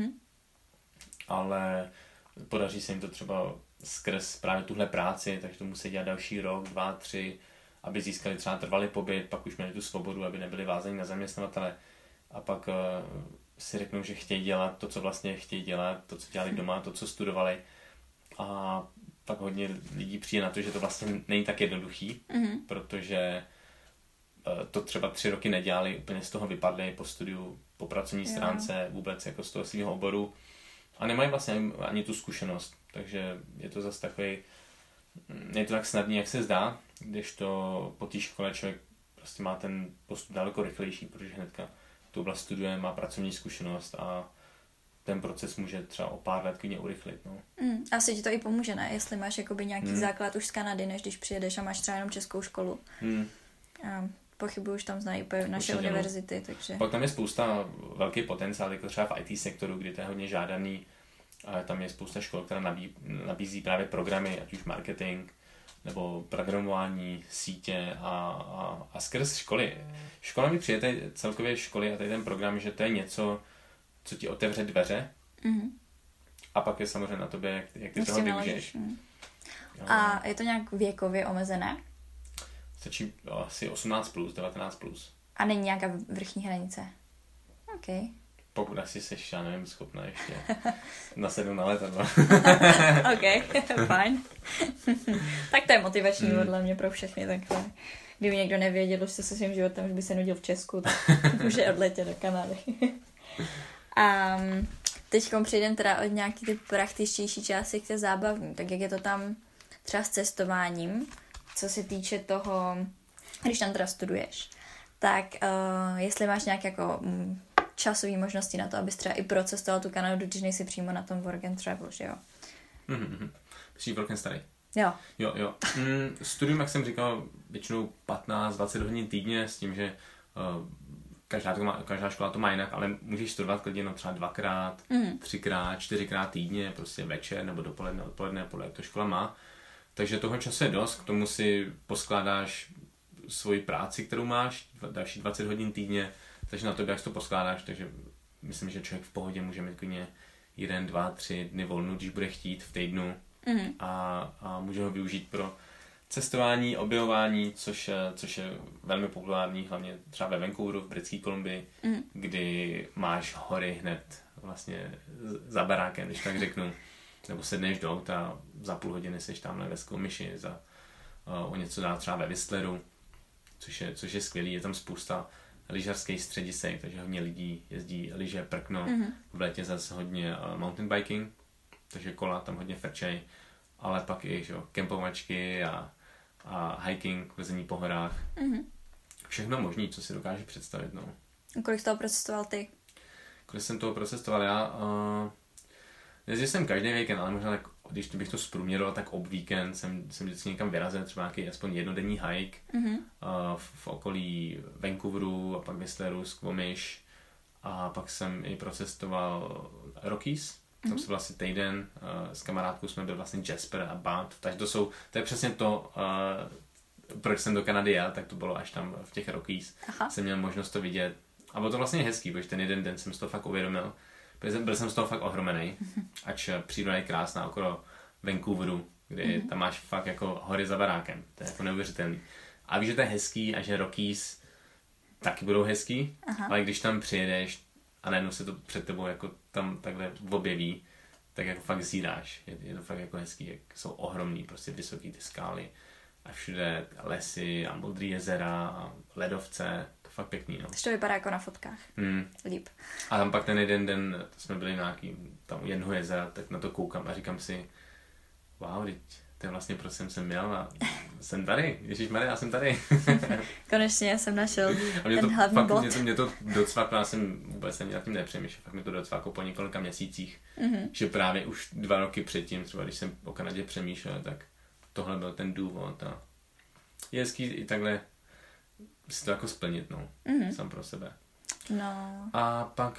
Ale podaří se jim to třeba skrz právě tuhle práci, takže to musí dělat další rok, 2, 3, aby získali třeba trvalý pobyt, pak už měli tu svobodu, aby nebyli vázaní na zaměstnavatele a pak si řeknou, že chtějí dělat to, co vlastně chtějí dělat, to, co dělali doma, to, co studovali a pak hodně lidí přijde na to, že to vlastně není tak jednoduchý, protože to třeba 3 roky nedělali, úplně z toho vypadli po studiu, po pracovní stránce, vůbec jako z toho svého oboru a nemají vlastně ani tu zkušenost, takže je to zase takový, je to tak snadný, jak se zdá, když to po té škole člověk prostě má ten postup daleko rychlejší, protože hnedka tu oblast studuje, má pracovní zkušenost a ten proces může třeba o pár let klidně urychlit. No.
Asi ti to i pomůže, ne? Jestli máš jakoby nějaký základ už z Kanady, než když přijedeš a máš třeba jenom českou školu. A pochybuji, už tam znají úplně naše univerzity, takže...
Pak tam je spousta velký potenciál, jako třeba v IT sektoru, kdy to je hodně žádaný. A tam je spousta škol, která nabízí právě programy, ať už marketing, nebo programování, sítě a skrz školy. Škola mi přijete celkově školy a tady ten program, že to je něco, co ti otevře dveře a pak je samozřejmě na tobě, jak ty toho využiješ.
A je to nějak věkově omezené?
Stačí asi 18+, 19+.
A není nějaká vrchní hranice? OK.
Pokud asi seš, já nevím, schopná ještě nasednout na letadlo.
OK, fajn. Tak to je motivační podle mě pro všechny takhle. Kdyby někdo nevěděl už se svým životem, že by se nudil v Česku, tak může odletět do Kanady. A teďkom přijdem teda od nějaký ty praktičtější části k té zábavní. Tak jak je to tam třeba s cestováním, co se týče toho, když tam teda studuješ, tak jestli máš nějaké jako časové možnosti na to, abys třeba i procestoval tu Kanadu, když nejsi přímo na tom work and travel, že jo?
Myslíš work and study?
Jo.
Jo. Studium, jak jsem říkal, většinou 15-20 hodin týdně s tím, že každá škola to má jinak, ale můžeš studovat klidně třeba 2x, 3x, 4x týdně, prostě večer nebo dopoledne, odpoledne, podle jak to škola má. Takže toho času je dost, k tomu si poskládáš svoji práci, kterou máš, další 20 hodin týdně, takže na to, jak to poskládáš, takže myslím, že člověk v pohodě může mít klidně 1, 2, 3 dny volnu, když bude chtít v týdnu a může ho využít pro cestování, objevování, což je velmi populární, hlavně třeba ve Vancouveru, v Britské Kolumbii, kdy máš hory hned vlastně za barákem, když tak řeknu, nebo sedneš do auta, za půl hodiny seš tamhle ve Squamishi, o něco dál třeba ve Whistleru, což je skvělý, je tam spousta lyžařských středisek, takže hodně lidí jezdí lyže, prkno, v létě zase hodně mountain biking, takže kola tam hodně frčej, ale pak i kempovačky a hiking, lezení po horách. Všechno možný, co si dokáže představit. No.
Kolik jsi toho procestoval ty?
Kolik jsem toho procestoval já? Jezdil jsem každý víkend, ale možná tak, když bych to zprůměroval, tak víkend jsem vždycky někam vyrazil, třeba nějaký aspoň jednodenní hike v okolí Vancouveru a pak Whistleru, Squamish a pak jsem i procestoval Rockies. Tam jsem byl asi týden, s kamarádkou jsme byli vlastně Jasper a Banff, takže to je přesně to, proč jsem do Kanady jel, tak to bylo až tam v těch Rockies. Jsem měl možnost to vidět. A bylo to vlastně hezký, protože ten jeden den jsem si to fakt uvědomil. Byl jsem z toho fakt ohromený. Ač příroda je krásná okolo Vancouveru, kdy tam máš fakt jako hory za barákem. To je jako neuvěřitelný. A víš, že to je hezký a že Rockies taky budou hezký, ale když tam přijedeš a najednou se to před tebou jako tam takhle objeví, tak jako fakt zíráš. Je to fakt jako hezký, jak jsou ohromný, prostě vysoký ty skály a všude lesy a modrý jezera a ledovce. To fakt pěkný, no.
To vypadá jako na fotkách. Líp.
A tam pak ten jeden den, jsme byli nějaký tam u jednoho jezera, tak na to koukám a říkám si, wow, to je vlastně proč jsem sem měl a jsem tady, ježišmarja, já jsem tady.
Konečně jsem našel ten hlavní bod.
Mě to docvaklo, já jsem vůbec ani nad tím nepřemýšlel, fakt mi to docvaklo po několika měsících, že právě už 2 roky předtím, třeba když jsem o Kanadě přemýšlel, tak tohle byl ten důvod a je hezký i takhle si to jako splnit, no, sám pro sebe.
No.
A pak,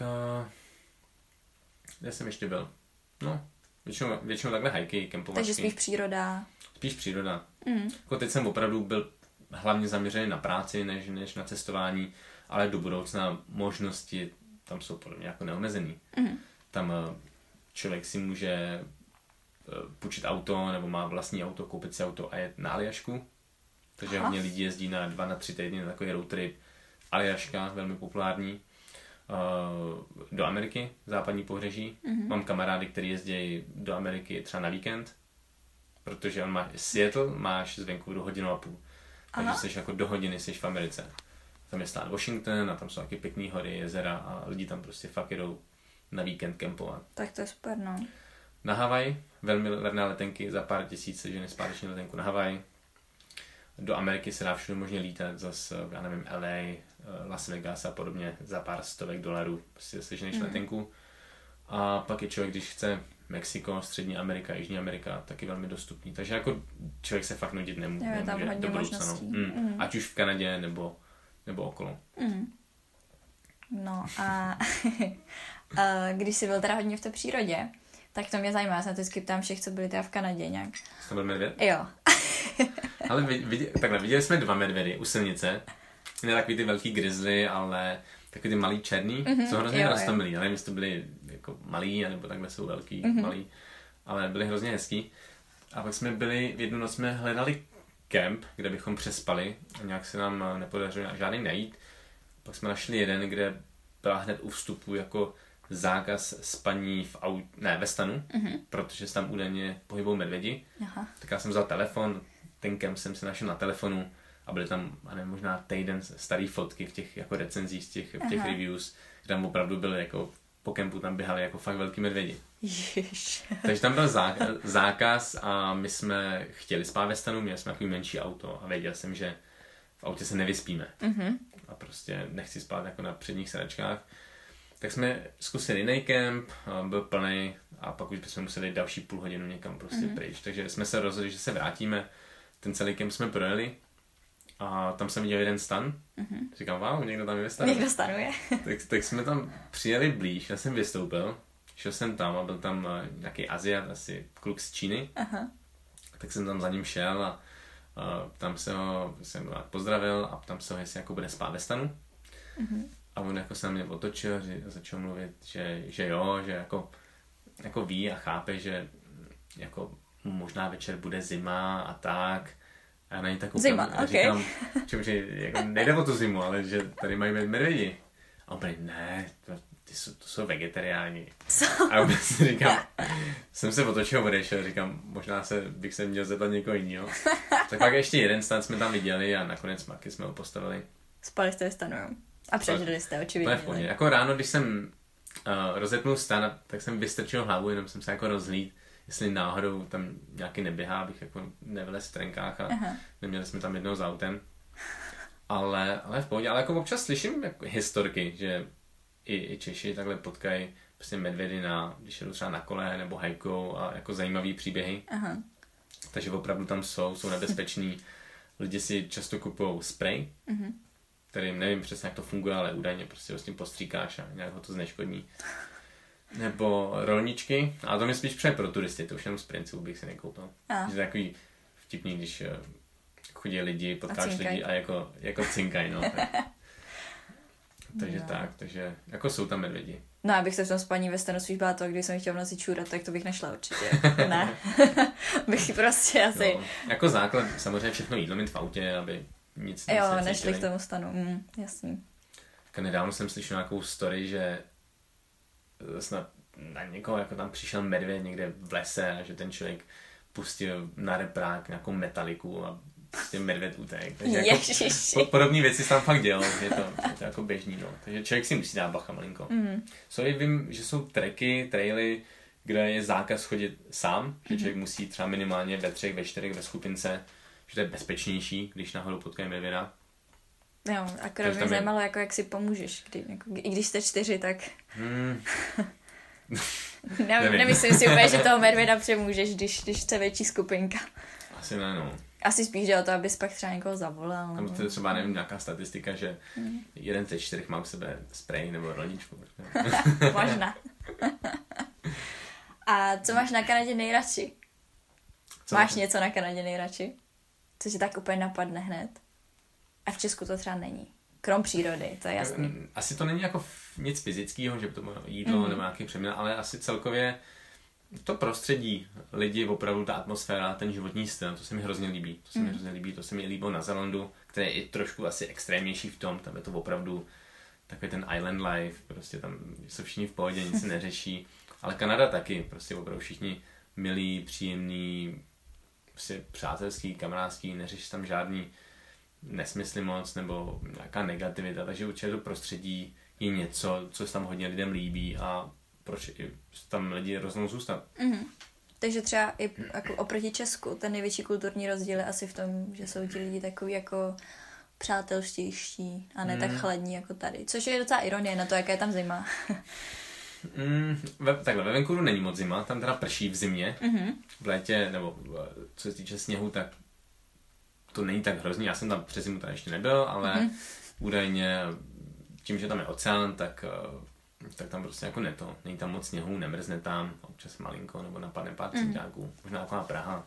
kde jsem ještě byl? No, většinou takhle hajky, kempovačky.
Takže spíš příroda.
Spíš příroda. Jako teď jsem opravdu byl hlavně zaměřený na práci, než na cestování, ale do budoucna možnosti tam jsou podle mě jako neomezený. Tam člověk si může půjčit auto, nebo má vlastní auto, koupit si auto a jet na Aljašku. Takže hodně lidí jezdí na 2 na 3 týdny na takový road trip. Aljaška, velmi populární. Do Ameriky, západní pobřeží. Mám kamarády, kteří jezdí do Ameriky třeba na víkend, protože on má Seattle, máš z Vancouveru 1,5 hodiny. Takže jsi jako do hodiny jsi v Americe. Tam je stát Washington a tam jsou taky pěkný hory, jezera a lidi tam prostě fakt jedou na víkend kempovat.
Tak to je super, no.
Na Havaj, velmi levné letenky, za pár tisíc seženeš zpáteční letenku na Havaj. Do Ameriky se dá všude možně lítat, zase, já nevím, LA, Las Vegas a podobně, za pár stovek dolarů prostě seženeš letenku. A pak je člověk, když chce Mexiko, Střední Amerika, Jižní Amerika, taky velmi dostupný. Takže jako člověk se fakt nudit nemůže do budoucna. Ať už v Kanadě, nebo okolo.
No a když jsi byl teda hodně v té přírodě, tak to mě zajímá, já se vždycky ptám všech, co byli teda v Kanadě nějak.
Jsi tam byl medvěd?
Jo.
Ale takhle, viděli jsme 2 medvědy u silnice. Ne takový ty velký grizzly, ale takový ty malý černý, jsou hrozně roztomilý. Já nevím, jestli to byli jako malý, nebo takhle jsou velký, malý, ale byli hrozně hezký. A pak jsme byli, v jednu noc jsme hledali kemp, kde bychom přespali. A nějak se nám nepodařilo žádný najít. Pak jsme našli jeden, kde byla hned u vstupu jako zákaz spaní ve stanu, protože se tam údajně pohybují medvědi. Tak já jsem vzal telefon, ten kemp jsem si našel na telefonu a byly tam, nevím, možná týden starý fotky v těch jako recenzích, v těch reviews, kde tam opravdu byly jako po kempu tam běhali jako fakt velký medvědi. Takže tam byl zákaz a my jsme chtěli spát ve stanu, měli jsme takový menší auto a věděl jsem, že v autě se nevyspíme. A prostě nechci spát jako na předních sedačkách. Tak jsme zkusili jiný kemp, byl plný a pak už bychom museli další půl hodinu někam prostě pryč. Takže jsme se rozhodli, že se vrátíme. Ten celý kemp jsme projeli a tam jsem viděl jeden stan. Říkám, wow, někdo tam je ve stanu.
Někdo stanuje.
tak jsme tam přijeli blíž, já jsem vystoupil, šel jsem tam a byl tam nějaký Aziat, asi kluk z Číny. Tak jsem tam za ním šel a tam jsem ho pozdravil a ptám se ho, jestli jako bude spát ve stanu. A on jako se na mě otočil, že začal mluvit, že jo, že jako ví a chápe, že jako možná večer bude zima a tak. A já na něj tak
zima,
a říkám, že jako nejde o tu zimu, ale že tady mají medvědi. A on říká, ne, to jsou vegetariáni.
Co?
A já si říkám, jsem se otočil odešel, říkám, možná bych se měl zeptat někoho jiného. Tak pak ještě jeden stan jsme tam viděli a nakonec maky jsme ho postavili.
Spali jste ve stanu. A přežili jste, očividně.
To je jako ráno, když jsem rozetnul stan, tak jsem vystrčil hlavu, jenom jsem se jako rozhlíd, jestli náhodou tam nějaký neběhá, abych jako nevylez v trenkách a neměli jsme tam jednoho s autem. Ale v pohodě, ale jako občas slyším jako historky, že i Češi takhle potkají prostě medvědy, když jedou třeba na kole nebo hajkou a jako zajímavý příběhy. Takže opravdu tam jsou nebezpeční. Lidi si často kupují spray, kterým nevím přesně, jak to funguje, ale údajně prostě ho s tím postříkáš a nějak ho to zneškodní. Nebo rolničky, a to mi spíš přeje pro turisty, to už jenom z principu bych si nekoupil. Že to je takový vtipný, když chodí lidi, potkáš lidi a jako cinkaj, no. Takže tak, takže jako jsou tam medvědi.
No, abych se v tom spaní ve stanu spíš bála to, když jsem chtěla v noci čůrat, tak to bych nešla určitě. Ne. Bych prostě asi...
No, jako základ samozřejmě všechno jídlo mít v autě, aby nic
jo, nešli k tomu stanu, jasný.
Nedávno jsem slyšel nějakou story, že snad na někoho jako tam přišel medvěd někde v lese a že ten člověk pustil na reprák nějakou metaliku a prostě medvěd utek. Takže jako podobné věci se tam fakt dělo, je to jako běžný, no. Takže člověk si musí dát bacha malinko. Vím, že jsou treky, traily, kde je zákaz chodit sám, že člověk musí třeba minimálně ve 3, ve 4, ve skupince, že to je bezpečnější, když náhodou potkají medvěda.
Jo, akorát mě zajímalo, jako, jak si pomůžeš, i když jste 4, tak... Nemyslím si úplně, že toho medvěda přemůžeš, když chce větší skupinka.
Asi ne, no.
Asi spíš jde o to, abys pak třeba někoho zavolal.
Tam to je třeba, nevím, nějaká statistika, že 1 ze 4 má u sebe sprej nebo rolničku.
Možná. A co máš na Kanadě nejradši? Máš něco na Kanadě nejradši? Co ti tak úplně napadne hned? A v Česku to třeba není. Krom přírody, to je jasný.
Asi to není jako nic fyzického, že by to bylo jídlo nebo nějaký přeměn, ale asi celkově to prostředí, lidi, opravdu ta atmosféra, ten životní styl, to se mi hrozně líbí. To se mi líbilo na Zelandu, který je i trošku asi extrémnější v tom, tam je to opravdu takový ten island life, prostě tam jsou všichni v pohodě, nic se neřeší. Ale Kanada taky, prostě opravdu všichni milí, příjemný, prostě přátelský, kamarádský, neřeší tam žádný nesmysly moc nebo nějaká negativita, takže určitě to prostředí je něco, co se tam hodně lidem líbí a proč tam lidi rozhodnou zůstat.
Takže třeba i jako oproti Česku, ten největší kulturní rozdíl je asi v tom, že jsou ti lidi takový jako přátelštější a ne tak chladní jako tady. Což je docela ironie na to, jaká je tam zima.
Takhle, ve Vancouveru není moc zima, tam teda prší v zimě. V létě, nebo co se týče sněhu, tak to není tak hrozný. Já jsem tam přes zimu tady ještě nebyl, ale údajně tím, že tam je oceán, tak tam prostě jako není tam moc sněhu, nemrzne tam, občas malinko, nebo napadne pár centiáků, možná taková Praha.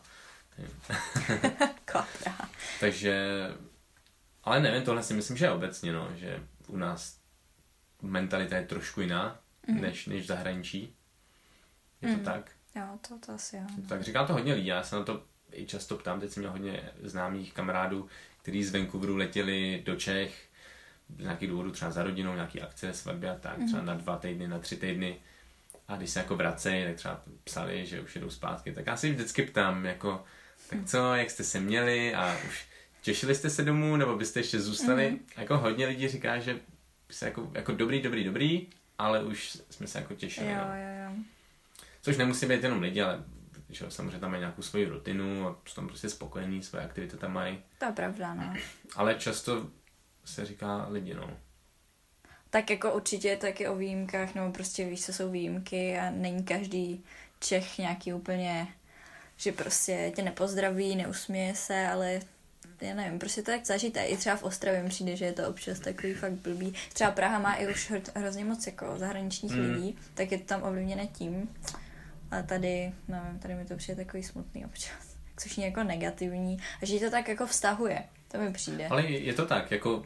Takže, ale nevím, tohle si myslím, že je obecně, no, že u nás mentalita je trošku jiná, než v zahraničí. Je to tak?
Jo, to asi jo.
Tak říká to hodně lidí, já se na to i často ptám, teď jsem měl hodně známých kamarádů, kteří z Vancouveru letěli do Čech, z nějakých důvodů třeba za rodinou, nějaký akce, svatby a tak, třeba na 2 týdny, na 3 týdny. A když se jako vracejí, tak třeba psali, že už jedou zpátky. Tak já se jim vždycky ptám, jako, tak co, jak jste se měli a už těšili jste se domů, nebo byste ještě zůstali? Jako hodně lidí říká, že se jako dobrý, ale už jsme se jako těšili.
Jo.
Což nemusí být jenom lidi, ale že samozřejmě tam mají nějakou svoji rutinu a jsou tam prostě spokojení, svoje aktivity tam mají.
To je pravda, no.
Ale často se říká lidi, no.
Tak jako určitě taky o výjimkách, nebo prostě víš, co jsou výjimky a není každý Čech nějaký úplně, že prostě tě nepozdraví, neusměje se, ale já nevím, prostě to tak zažité. I třeba v Ostravě mi přijde, že je to občas takový fakt blbý. Třeba Praha má i už hrozně moc jako zahraničních lidí, tak je to tam ovlivněné tím. A tady, nevím, tady mi to přijde takový smutný občas. Což je jako negativní. A že to tak jako vztahuje. To mi přijde.
Ale je to tak, jako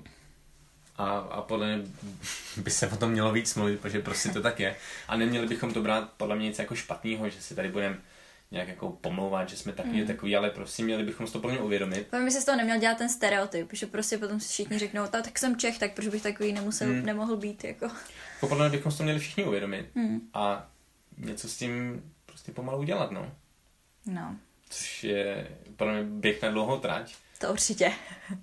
a podle mě by se o tom mělo víc mluvit, protože prostě to tak je. A neměli bychom to brát podle mě nic jako špatného, že si tady budeme nějak jako pomlouvat, že jsme takový, ale prostě měli bychom si to plně uvědomit.
Podle mě se z toho neměl dělat ten stereotyp, že prostě potom si všichni řeknou, tak jsem Čech, tak proč bych takový nemohl být, jako.
Podle mě bychom si to měli všichni uvědomit a něco s tím prostě pomalu udělat, no.
No.
Což je podle mě běh na dlouhou trať.
To určitě.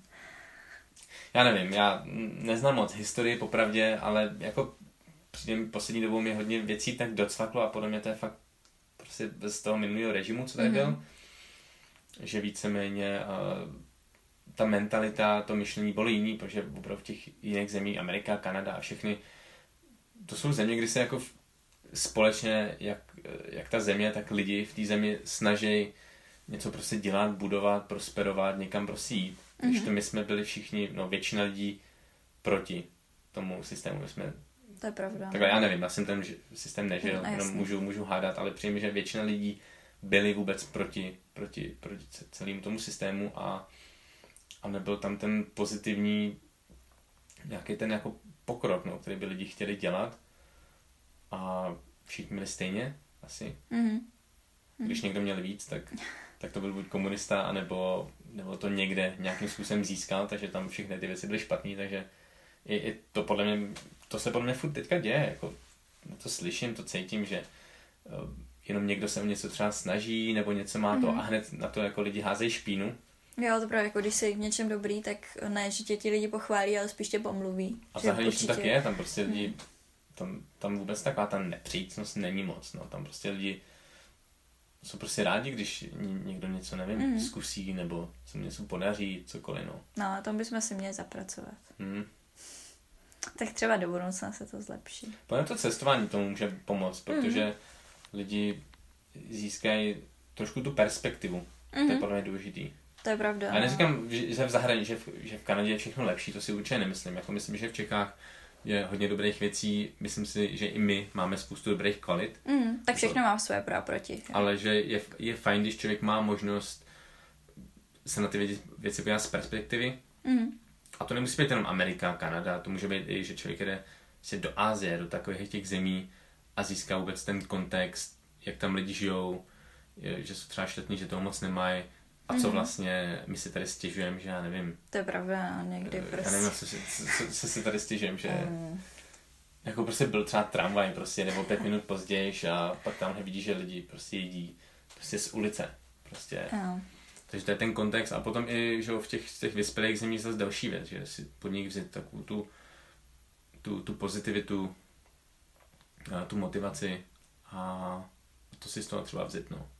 Já nevím, já neznám moc historii popravdě, ale jako poslední dobou mě hodně věcí tak docvaklo a podle mě to je fakt prostě z toho minulého režimu, co tady byl, že víceméně ta mentalita, to myšlení bylo jiný, protože opravdu v těch jiných zemích, Amerika, Kanada a všechny, to jsou země, kdy se jako společně, jak ta země, tak lidi v té zemi snaží něco prostě dělat, budovat, prosperovat, někam prostě jít. Když to my jsme byli všichni, většina lidí proti tomu systému.
To je pravda.
Takhle já nevím, já jsem ten systém nežil, jenom můžu hádat, ale přijím, že většina lidí byli vůbec proti celému tomu systému a a nebyl tam ten pozitivní nějaký ten jako pokrok, no, který by lidi chtěli dělat a všichni měli stejně asi. Když někdo měl víc, tak to byl buď komunista, anebo to někde nějakým způsobem získal, takže tam všechny ty věci byly špatný, takže i to podle mě, to se podle mě furt teďka děje, jako to slyším, to cítím, že jenom někdo se o něco třeba snaží, nebo něco má to a hned na to jako lidi házejí špínu.
Jo, to právě, jako když jsi v něčem dobrý, tak ne, že tě ti lidi pochválí, ale spíš tě pomluví.
A v zahraničí tak je, tam prostě lidi, tam vůbec taková ta nepřícnost není moc, no, tam prostě lidi jsou prostě rádi, když někdo něco, nevím, zkusí, nebo se mu něco podaří, cokoliv, no.
No, a tom bychom si měli zapracovat. Tak třeba do budoucna se to zlepší.
Podle to cestování tomu může pomoct, protože lidi získají trošku tu perspektivu. To je podle mě důležitý.
To je pravda.
A neříkám, že v zahraničí, že v Kanadě je všechno lepší, to si určitě nemyslím. Jako myslím, že v Čechách je hodně dobrých věcí, myslím si, že i my máme spoustu dobrých kvalit.
Tak všechno má své pro a proti.
Ale že je fajn, když člověk má možnost se na ty věci podívat z perspektivy. A to nemusí být jenom Amerika, Kanada, to může být i, že člověk jde do Asie, do takových těch zemí a získá vůbec ten kontext, jak tam lidi žijou, že jsou třeba šťastní, že toho moc nemají. A co vlastně my si tady stěžujeme, že já nevím.
To je pravda, někdy prostě.
Já nevím, co si tady stěžujeme, že jako prostě byl třeba tramvaj prostě, nebo 5 minut později a pak tam vidíš, že lidi prostě jedí prostě z ulice. Prostě. Takže to je ten kontext a potom i, že v těch vyspělých zemích zase další věc, že si pod nich vzít takovou tu pozitivitu, tu motivaci a to si z toho třeba vzít, no.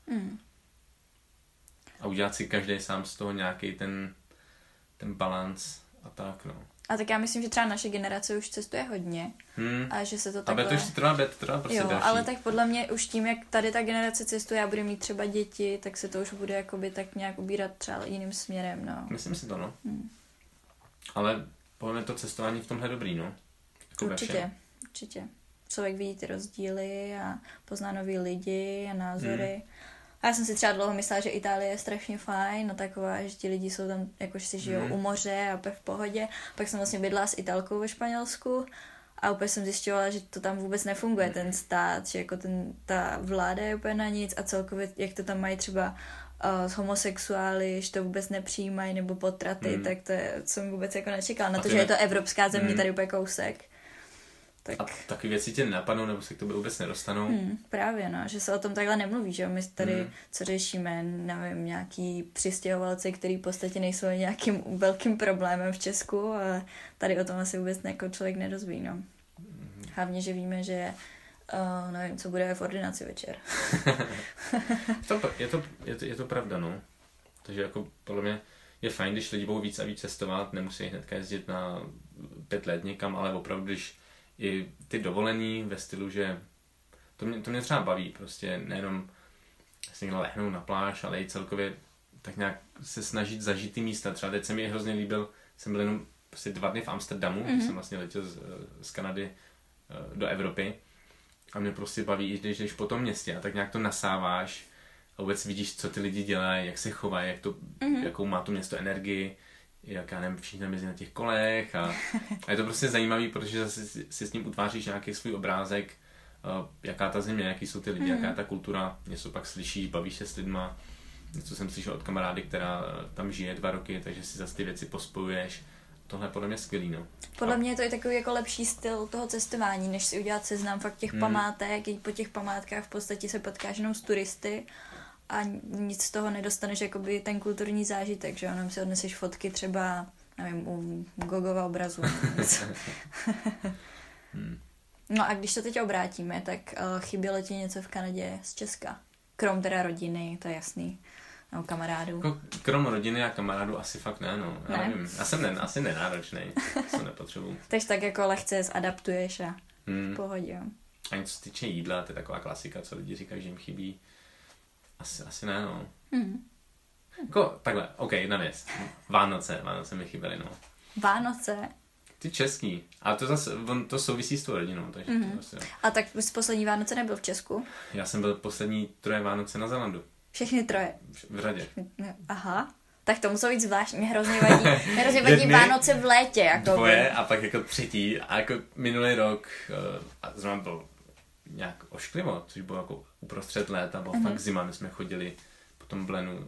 A udělat si každý sám z toho nějaký ten balans a tak, no.
A tak já myslím, že třeba naše generace už cestuje hodně a že se to takhle...
A to už trvá prostě
jo,
další.
ale tak podle mě už tím, jak tady ta generace cestuje a bude mít třeba děti, tak se to už bude jakoby tak nějak ubírat třeba jiným směrem, no.
Myslím si to, no. Ale podle mě to cestování v tomhle dobrý, no. Jako
určitě. Člověk vidí ty rozdíly a pozná nový lidi a názory. A já jsem si třeba dlouho myslela, že Itálie je strašně fajn, no taková, že ti lidi jsou tam, jakože si žijou u moře a úplně v pohodě. Pak jsem vlastně bydlela s Italkou ve Španělsku a úplně jsem zjišťovala, že to tam vůbec nefunguje, ten stát, že jako ta vláda je úplně na nic a celkově, jak to tam mají třeba s homosexuály, že to vůbec nepřijímají nebo potraty, tak to jsem vůbec jako nečekala. Na to, že je to evropská země, tady úplně kousek.
Tak. A taky věci tě nenapadnou, nebo se k tobě vůbec nedostanou.
Právě, no, že se o tom takhle nemluví, že my tady, co řešíme, nevím, nějaký přistěhovalci, který v podstatě nejsou nějakým velkým problémem v Česku, ale tady o tom asi vůbec jako člověk nedozví, no. Hlavně, že víme, že nevím, co bude v ordinaci večer.
je to pravda, no. Takže jako podle mě je fajn, když lidi budou víc a víc cestovat, nemusí hnedka jezdit na 5 let někam, ale opravdu, když i ty dovolení ve stylu, že to mě třeba baví, prostě nejenom si někde lehnout na pláž, ale i celkově tak nějak se snažit zažít ty místa. Třeba teď se mi hrozně líbil, jsem byl jenom prostě 2 dny v Amsterdamu, když jsem vlastně letěl z Kanady do Evropy a mě prostě baví, když jdeš po tom městě a tak nějak to nasáváš a vůbec vidíš, co ty lidi dělají, jak se chovají, jakou má to město energii, jak já nevím, všichni tam jezdí na těch kolech a je to prostě zajímavý, protože zase si s ním utváříš nějaký svůj obrázek, jaká ta země, jaký jsou ty lidi, jaká je ta kultura, něco pak slyšíš, bavíš se s lidma, něco jsem slyšel od kamarády, která tam žije 2 roky, takže si zase ty věci pospojuješ. Tohle je podle mě skvělý, no.
Podle mě to je takový jako lepší styl toho cestování, než si udělat seznam fakt těch památek, jít po těch památkách v podstatě se potkáš jenom s turisty a nic z toho nedostaneš jakoby ten kulturní zážitek, že ono si odneseš fotky třeba, nevím, u Gogova obrazu. No a když to teď obrátíme, tak chybělo ti něco v Kanadě z Česka? Krom teda rodiny, to je jasný, nebo kamarádů.
Jako, krom rodiny a kamarádů asi fakt ne, no. Já nevím, já jsem asi nenáročnej, to nepotřebuji.
Takže tak jako lehce zadaptuješ a v pohodě, jo.
A něco se týče jídla, to je taková klasika, co lidi říkají, že jim chybí. Asi ne, no. Jako, takhle, jedna věc. Vánoce mi chyběly, no.
Vánoce?
Ty český. A to zase, to souvisí s tou rodinou, takže to asi, jo.
A tak poslední Vánoce nebyl v Česku?
Já jsem byl poslední 3 Vánoce na Zelandu.
Všechny 3?
V řadě.
Aha. Tak to muselo být zvláštní, mě hrozně vadí Vánoce v létě. Jako
dvoje a pak jako třetí a jako minulý rok a zrovna byl nějak ošklivo, což bylo jako uprostřed léta, bylo fakt zima, my jsme chodili po tom Blenu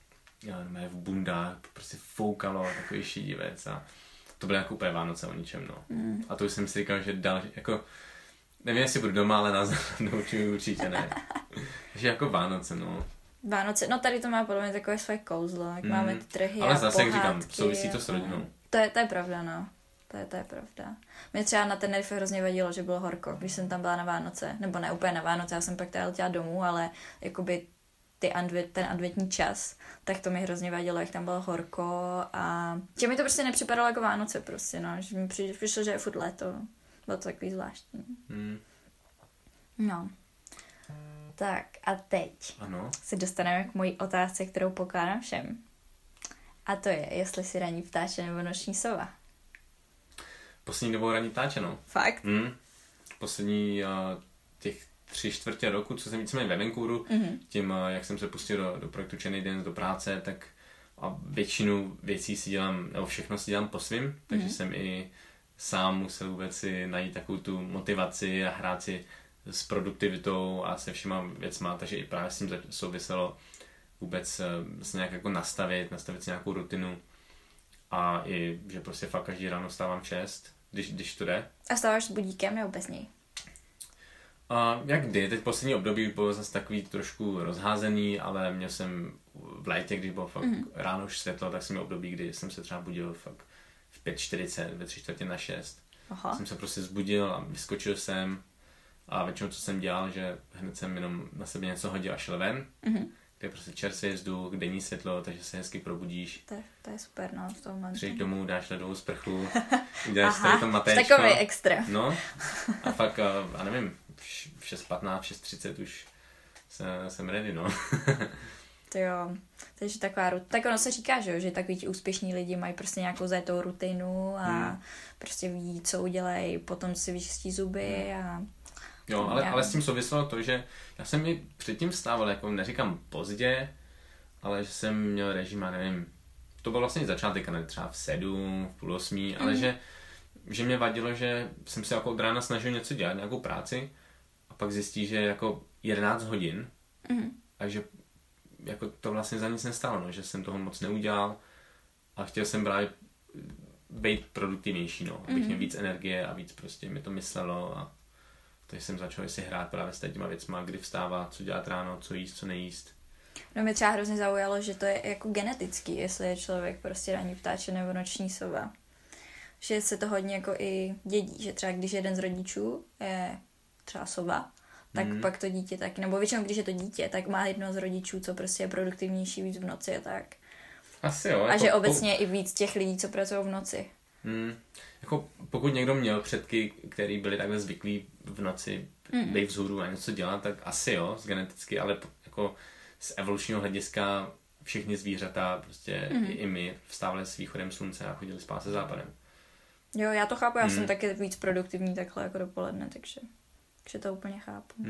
v bundách, prostě foukalo takový šedivec a to bylo jako úplně Vánoce o ničem, no. A to už jsem si říkal, že jako nevím, jestli budu doma, ale nás určitě ne. Takže jako Vánoce, no.
Vánoce, no tady to má podle mě takové své kouzlo, jak máme ty trhy
ale
a
zase, jak
pohádky.
říkám, souvisí to s rodinou.
To je pravda, no. To je pravda. Mě třeba na Tenerife hrozně vadilo, že bylo horko, když jsem tam byla na Vánoce. Nebo ne úplně na Vánoce, já jsem pak teda letěla domů, ale jakoby ten adventní čas, tak to mi hrozně vadilo, jak tam bylo horko a že mi to prostě nepřipadalo jako Vánoce prostě, no. Že mi přišlo, že je furt léto. Bylo to takový zvláštní. No. Tak a teď se dostaneme k mojí otázce, kterou pokládám všem. A to je, jestli si ranní ptáče nebo noční sova.
Poslední dobou ranní ptáče, no.
Fakt?
Poslední těch 3/4 roku, co jsem víceméně ve Vancouveru, tím, jak jsem se pustil do projektu Černý den, do práce, tak a většinu věcí si dělám, nebo všechno si dělám po svým, takže jsem i sám musel vůbec si najít takovou tu motivaci a hrát si s produktivitou a se všema věcma, takže i právě s tím souviselo vůbec se nějak jako nastavit si nějakou rutinu a i, že prostě fakt každý ráno vstávám v 6, když to jde.
A stáváš s budíkem nebo bez něj?
Jak kdy, teď poslední období bylo zase takový trošku rozházený, ale měl jsem v létě, když bylo fakt ráno už světlo, tak jsem měl období, kdy jsem se třeba budil fakt v 5:40, ve 3:45.
Aha.
Jsem se prostě zbudil a vyskočil jsem a většinou co jsem dělal, že hned jsem jenom na sebe něco hodil a šel ven, kde je prostě čerstvý vzduch, denní světlo, takže se hezky probudíš.
To je super, no, v tom momentu.
Přijdeš domů, dáš ledovou sprchu, uděláš tady to matéčko.
Takový extra.
No a fakt, a nevím, v 6:15, 6:30 už jsem ready, no.
To jo, takže tak ono se říká, že takový ti úspěšní lidi mají prostě nějakou zajetou rutinu a prostě ví, co udělají, potom si vyčistí zuby a...
Jo, ale s tím souviselo to, že já jsem i předtím vstával, jako neříkám pozdě, ale že jsem měl režim, a nevím, to byl vlastně začátek, ne třeba v 7, v 7:30, ale že mě vadilo, že jsem se jako od rána snažil něco dělat, nějakou práci a pak zjistí, že jako 11 hodin a že jako to vlastně za nic nestalo, no, že jsem toho moc neudělal a chtěl jsem právě být produktivnější, no, abych měl víc energie a víc prostě mi to myslelo a takže jsem začal si hrát právě s těma věcma, kdy vstávat, co dělat ráno, co jíst, co nejíst.
No mě třeba hrozně zaujalo, že to je jako genetický, jestli je člověk prostě ranní ptáče nebo noční sova. Že se to hodně jako i dědí, že třeba když jeden z rodičů je třeba sova, tak pak to dítě taky, nebo většinou když je to dítě, tak má jedno z rodičů, co prostě je produktivnější víc v noci a tak.
Asi jo.
A že obecně i víc těch lidí, co pracují v noci.
Jako pokud někdo měl předky, který byli takhle zvyklí v noci být vzhůru a něco dělat, tak asi jo, geneticky, ale jako z evolučního hlediska všichni zvířata, prostě i my, vstávali s východem slunce a chodili spát se západem.
Jo, já to chápu, já jsem taky víc produktivní takhle jako dopoledne, takže to úplně chápu.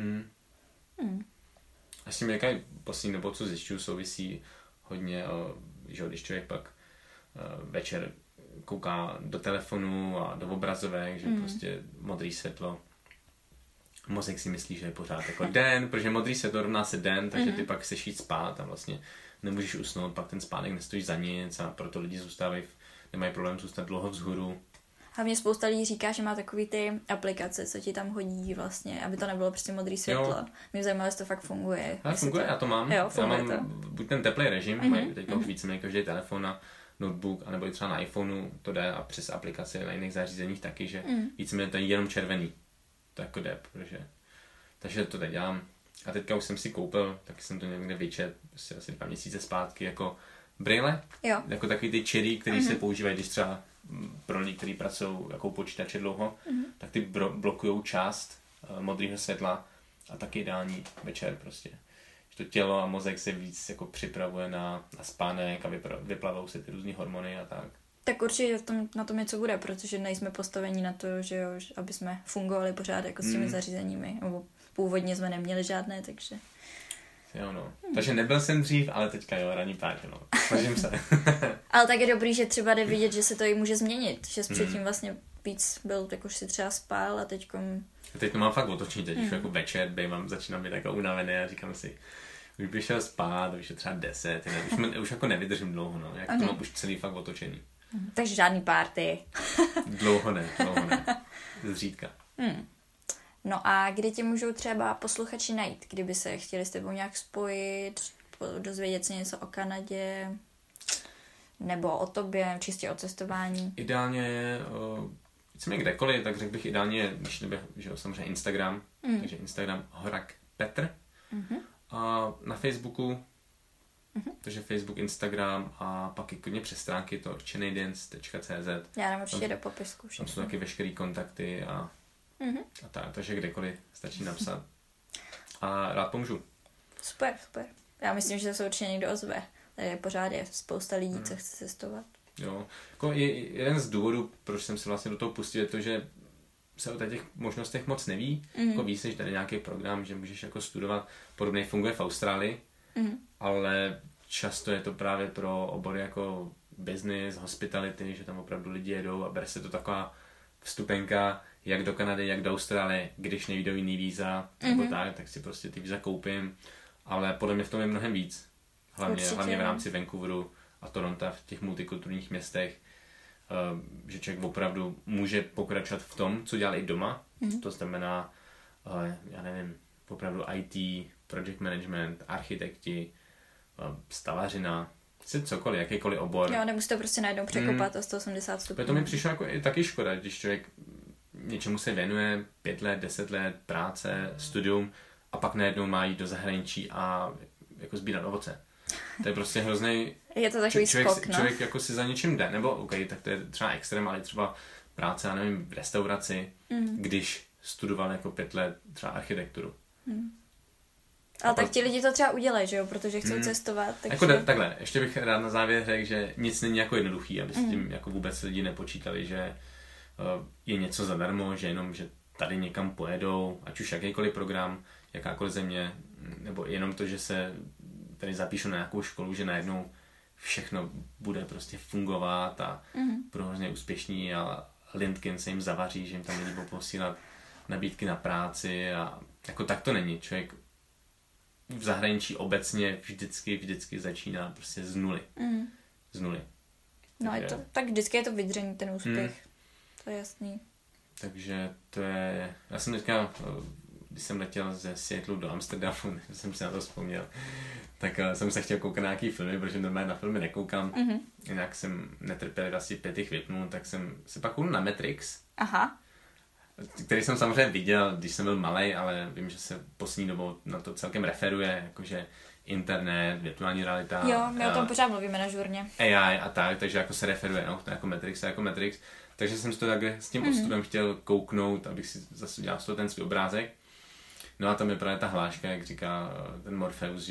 A s tím jaká poslední nebo co zjišťuju, souvisí hodně, že když člověk pak večer kouká do telefonu a do obrazovek, že prostě modrý světlo. Mozek si myslí, že je pořád jako den, protože modrý světlo rovná se den, takže ty pak chceš jít spát a vlastně nemůžeš usnout, pak ten spánek nestojí za nic a proto lidi nemají problém zůstat dlouho vzhůru.
Hlavně spousta lidí říká, že má takový ty aplikace, co ti tam hodí vlastně, aby to nebylo prostě modrý světlo. Jo. Mě zajímalo, jestli to fakt funguje.
Ale funguje, já to mám.
Jo,
já mám buď ten teplý režim, mají teďka už víceméně každý telefon a notebook, anebo i třeba na iPhoneu to jde a přes aplikace na jiných zařízeních taky, že víceméně to je jenom červený. To jako jde, takže to teď dělám. A teďka už jsem si koupil, taky jsem to někde vyčet, asi 2 měsíce zpátky, jako brýle, jako takový ty čirý, který se používají, když třeba pro lidi, kteří pracují jako počítače dlouho, tak ty blokujou část modrého světla a taky ideální večer prostě. Že to tělo a mozek se víc jako připravuje na spánek a vyplavou se ty různý hormony a tak.
Tak určitě na tom něco bude, protože nejsme postavení na to, že jo, aby jsme fungovali pořád jako s těmi zařízeními. Nebo původně jsme neměli žádné, takže
Jo, no. Takže nebyl jsem dřív, ale teďka jo, ranní párty, no. Snažím se.
Ale tak je dobrý, že třeba jde vidět, že se to i může změnit. Že jsi předtím vlastně víc byl, tak už si třeba spál a teďkom...
Teď to mám fakt otočný, teď už jako večer, začínám být jako unavený a říkám si, už bych šel spát, už je třeba 10, už jako nevydržím dlouho, no. Jak to mám už celý fakt otočený.
Takže žádný párty.
Dlouho ne. Zřídka.
No a kde tě můžou třeba posluchači najít, kdyby se chtěli s tebou nějak spojit, dozvědět se něco o Kanadě, nebo o tobě, čistě o cestování?
Ideálně, víceméně kdekoliv, tak řekl bych ideálně, když nebych, že jo, samozřejmě Instagram, takže Instagram Horák Petr. A na Facebooku, takže Facebook, Instagram a pak i klidně přes stránky to čenejdance.cz.
Já dám určitě do popisku.
Tam jsou taky veškerý kontakty a tak, takže kdekoliv stačí napsat. A rád pomůžu.
Super. Já myslím, že se určitě někdo ozve. Tady pořád je spousta lidí, co chce cestovat.
Jo, jako jeden z důvodů, proč jsem se vlastně do toho pustil, je to, že se o těch možnostech moc neví. Jako víš, že tady nějaký program, že můžeš jako studovat, podobně funguje v Austrálii, ale často je to právě pro obory jako business, hospitality, že tam opravdu lidi jedou a bere se to taková vstupenka, jak do Kanady, jak do Austrálie, když nejdou jiný víza, nebo tak si prostě ty víza koupím, ale podle mě v tom je mnohem víc. Hlavně v rámci Vancouveru a Toronto, v těch multikulturních městech, že člověk opravdu může pokračovat v tom, co dělal i doma. To znamená, já nevím, opravdu IT, project management, architekti, stavařina, cokoliv, jakýkoliv obor.
Jo, nemusí to prostě najednou překopat o 180 stupňů.
To mi přišlo jako i taky škoda, když člověk něčemu se věnuje 5 let, 10 let, práce, studium a pak najednou má jít do zahraničí a jako sbírat ovoce. To je prostě hrozný.
Je to takový skok, no.
Člověk jako si za něčím jde, nebo OK, tak to je třeba extrém, ale třeba práce, já nevím, v restauraci, když studoval jako 5 let třeba architekturu.
Ale tak ti lidi to třeba udělají, že jo, protože chcou cestovat. Takže...
Jako takhle, ještě bych rád na závěr řekl, že nic není jako jednoduchý, aby s tím jako vůbec lidi nepočítali, že je něco zadarmo, že jenom, že tady někam pojedou, ať už jakýkoliv program, jakákoliv země, nebo jenom to, že se tady zapíšu na nějakou školu, že najednou všechno bude prostě fungovat a budou hrozně úspěšní a LinkedIn se jim zavaří, že jim tam lidi budou posílat nabídky na práci a jako tak to není. Člověk v zahraničí obecně vždycky začíná prostě z nuly. Z nuly.
No je to, tak vždycky je to vydření ten úspěch. To je jasný.
Takže to je, já jsem teďka, když jsem letěl ze Seattlu do Amsterdamu, jsem si na to vzpomněl, tak jsem se chtěl koukat na nějaký filmy, protože normálně na filmy nekoukám. Jinak jsem netrpěl asi 5 květnů, tak jsem se pak koukal na Matrix.
Aha.
Který jsem samozřejmě viděl, když jsem byl malej, ale vím, že se poslední dobou na to celkem referuje, jakože internet, virtuální realita.
Jo, my o tom pořád mluvíme na žurně.
AI a tak, takže jako se referuje, no, to jako Matrix. Takže jsem si to takhle s tím odstupem chtěl kouknout, abych si zase udělal z toho ten svůj obrázek. No a tam je právě ta hláška, jak říká ten Morpheus,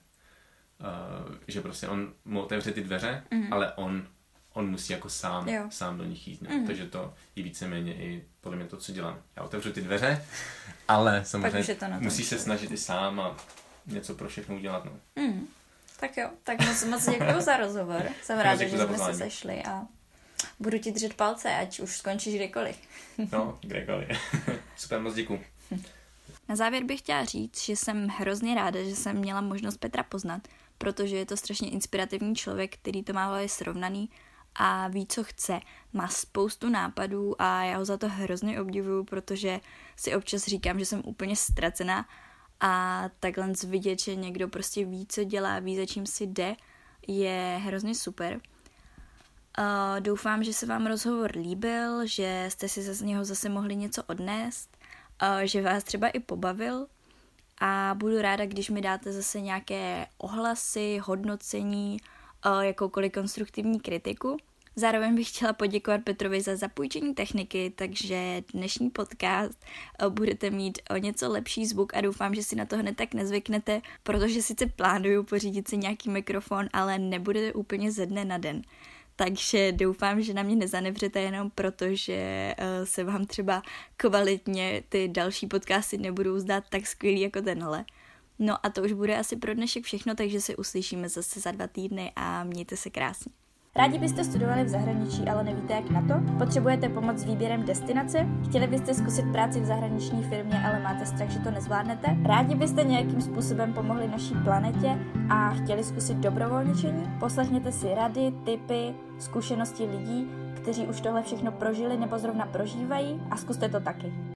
že prostě on mu otevře ty dveře, ale on musí jako sám do nich jít. No. Takže to je víceméně i podle mě to, co dělám. Já otevřu ty dveře, ale samozřejmě musí se snažit i sám a něco pro všechno udělat. No.
Tak jo, tak moc děkuju za rozhovor. Jsem ráda, že jsme se sešli a budu ti držet palce, ať už skončíš kdekoliv.
No, kdekoliv. Super, moc děkuju.
Na závěr bych chtěla říct, že jsem hrozně ráda, že jsem měla možnost Petra poznat, protože je to strašně inspirativní člověk, který to má hlavě srovnaný a ví, co chce. Má spoustu nápadů a já ho za to hrozně obdivuju, protože si občas říkám, že jsem úplně ztracená a takhle vidět, že někdo prostě ví, co dělá, ví, za čím si jde, je hrozně super. Doufám, že se vám rozhovor líbil, že jste si z něho zase mohli něco odnést, že vás třeba i pobavil a budu ráda, když mi dáte zase nějaké ohlasy, hodnocení, jakoukoliv konstruktivní kritiku. Zároveň bych chtěla poděkovat Petrovi za zapůjčení techniky, takže dnešní podcast budete mít o něco lepší zvuk a doufám, že si na to hned tak nezvyknete, protože sice plánuju pořídit si nějaký mikrofon, ale nebude úplně ze dne na den. Takže doufám, že na mě nezanevřete jenom proto, že se vám třeba kvalitně ty další podcasty nebudou zdát tak skvělý jako tenhle. No a to už bude asi pro dnešek všechno, takže se uslyšíme zase za 2 týdny a mějte se krásně. Rádi byste studovali v zahraničí, ale nevíte jak na to? Potřebujete pomoc s výběrem destinace? Chtěli byste zkusit práci v zahraniční firmě, ale máte strach, že to nezvládnete? Rádi byste nějakým způsobem pomohli naší planetě a chtěli zkusit dobrovolničení? Poslechněte si rady, tipy, zkušenosti lidí, kteří už tohle všechno prožili nebo zrovna prožívají a zkuste to taky.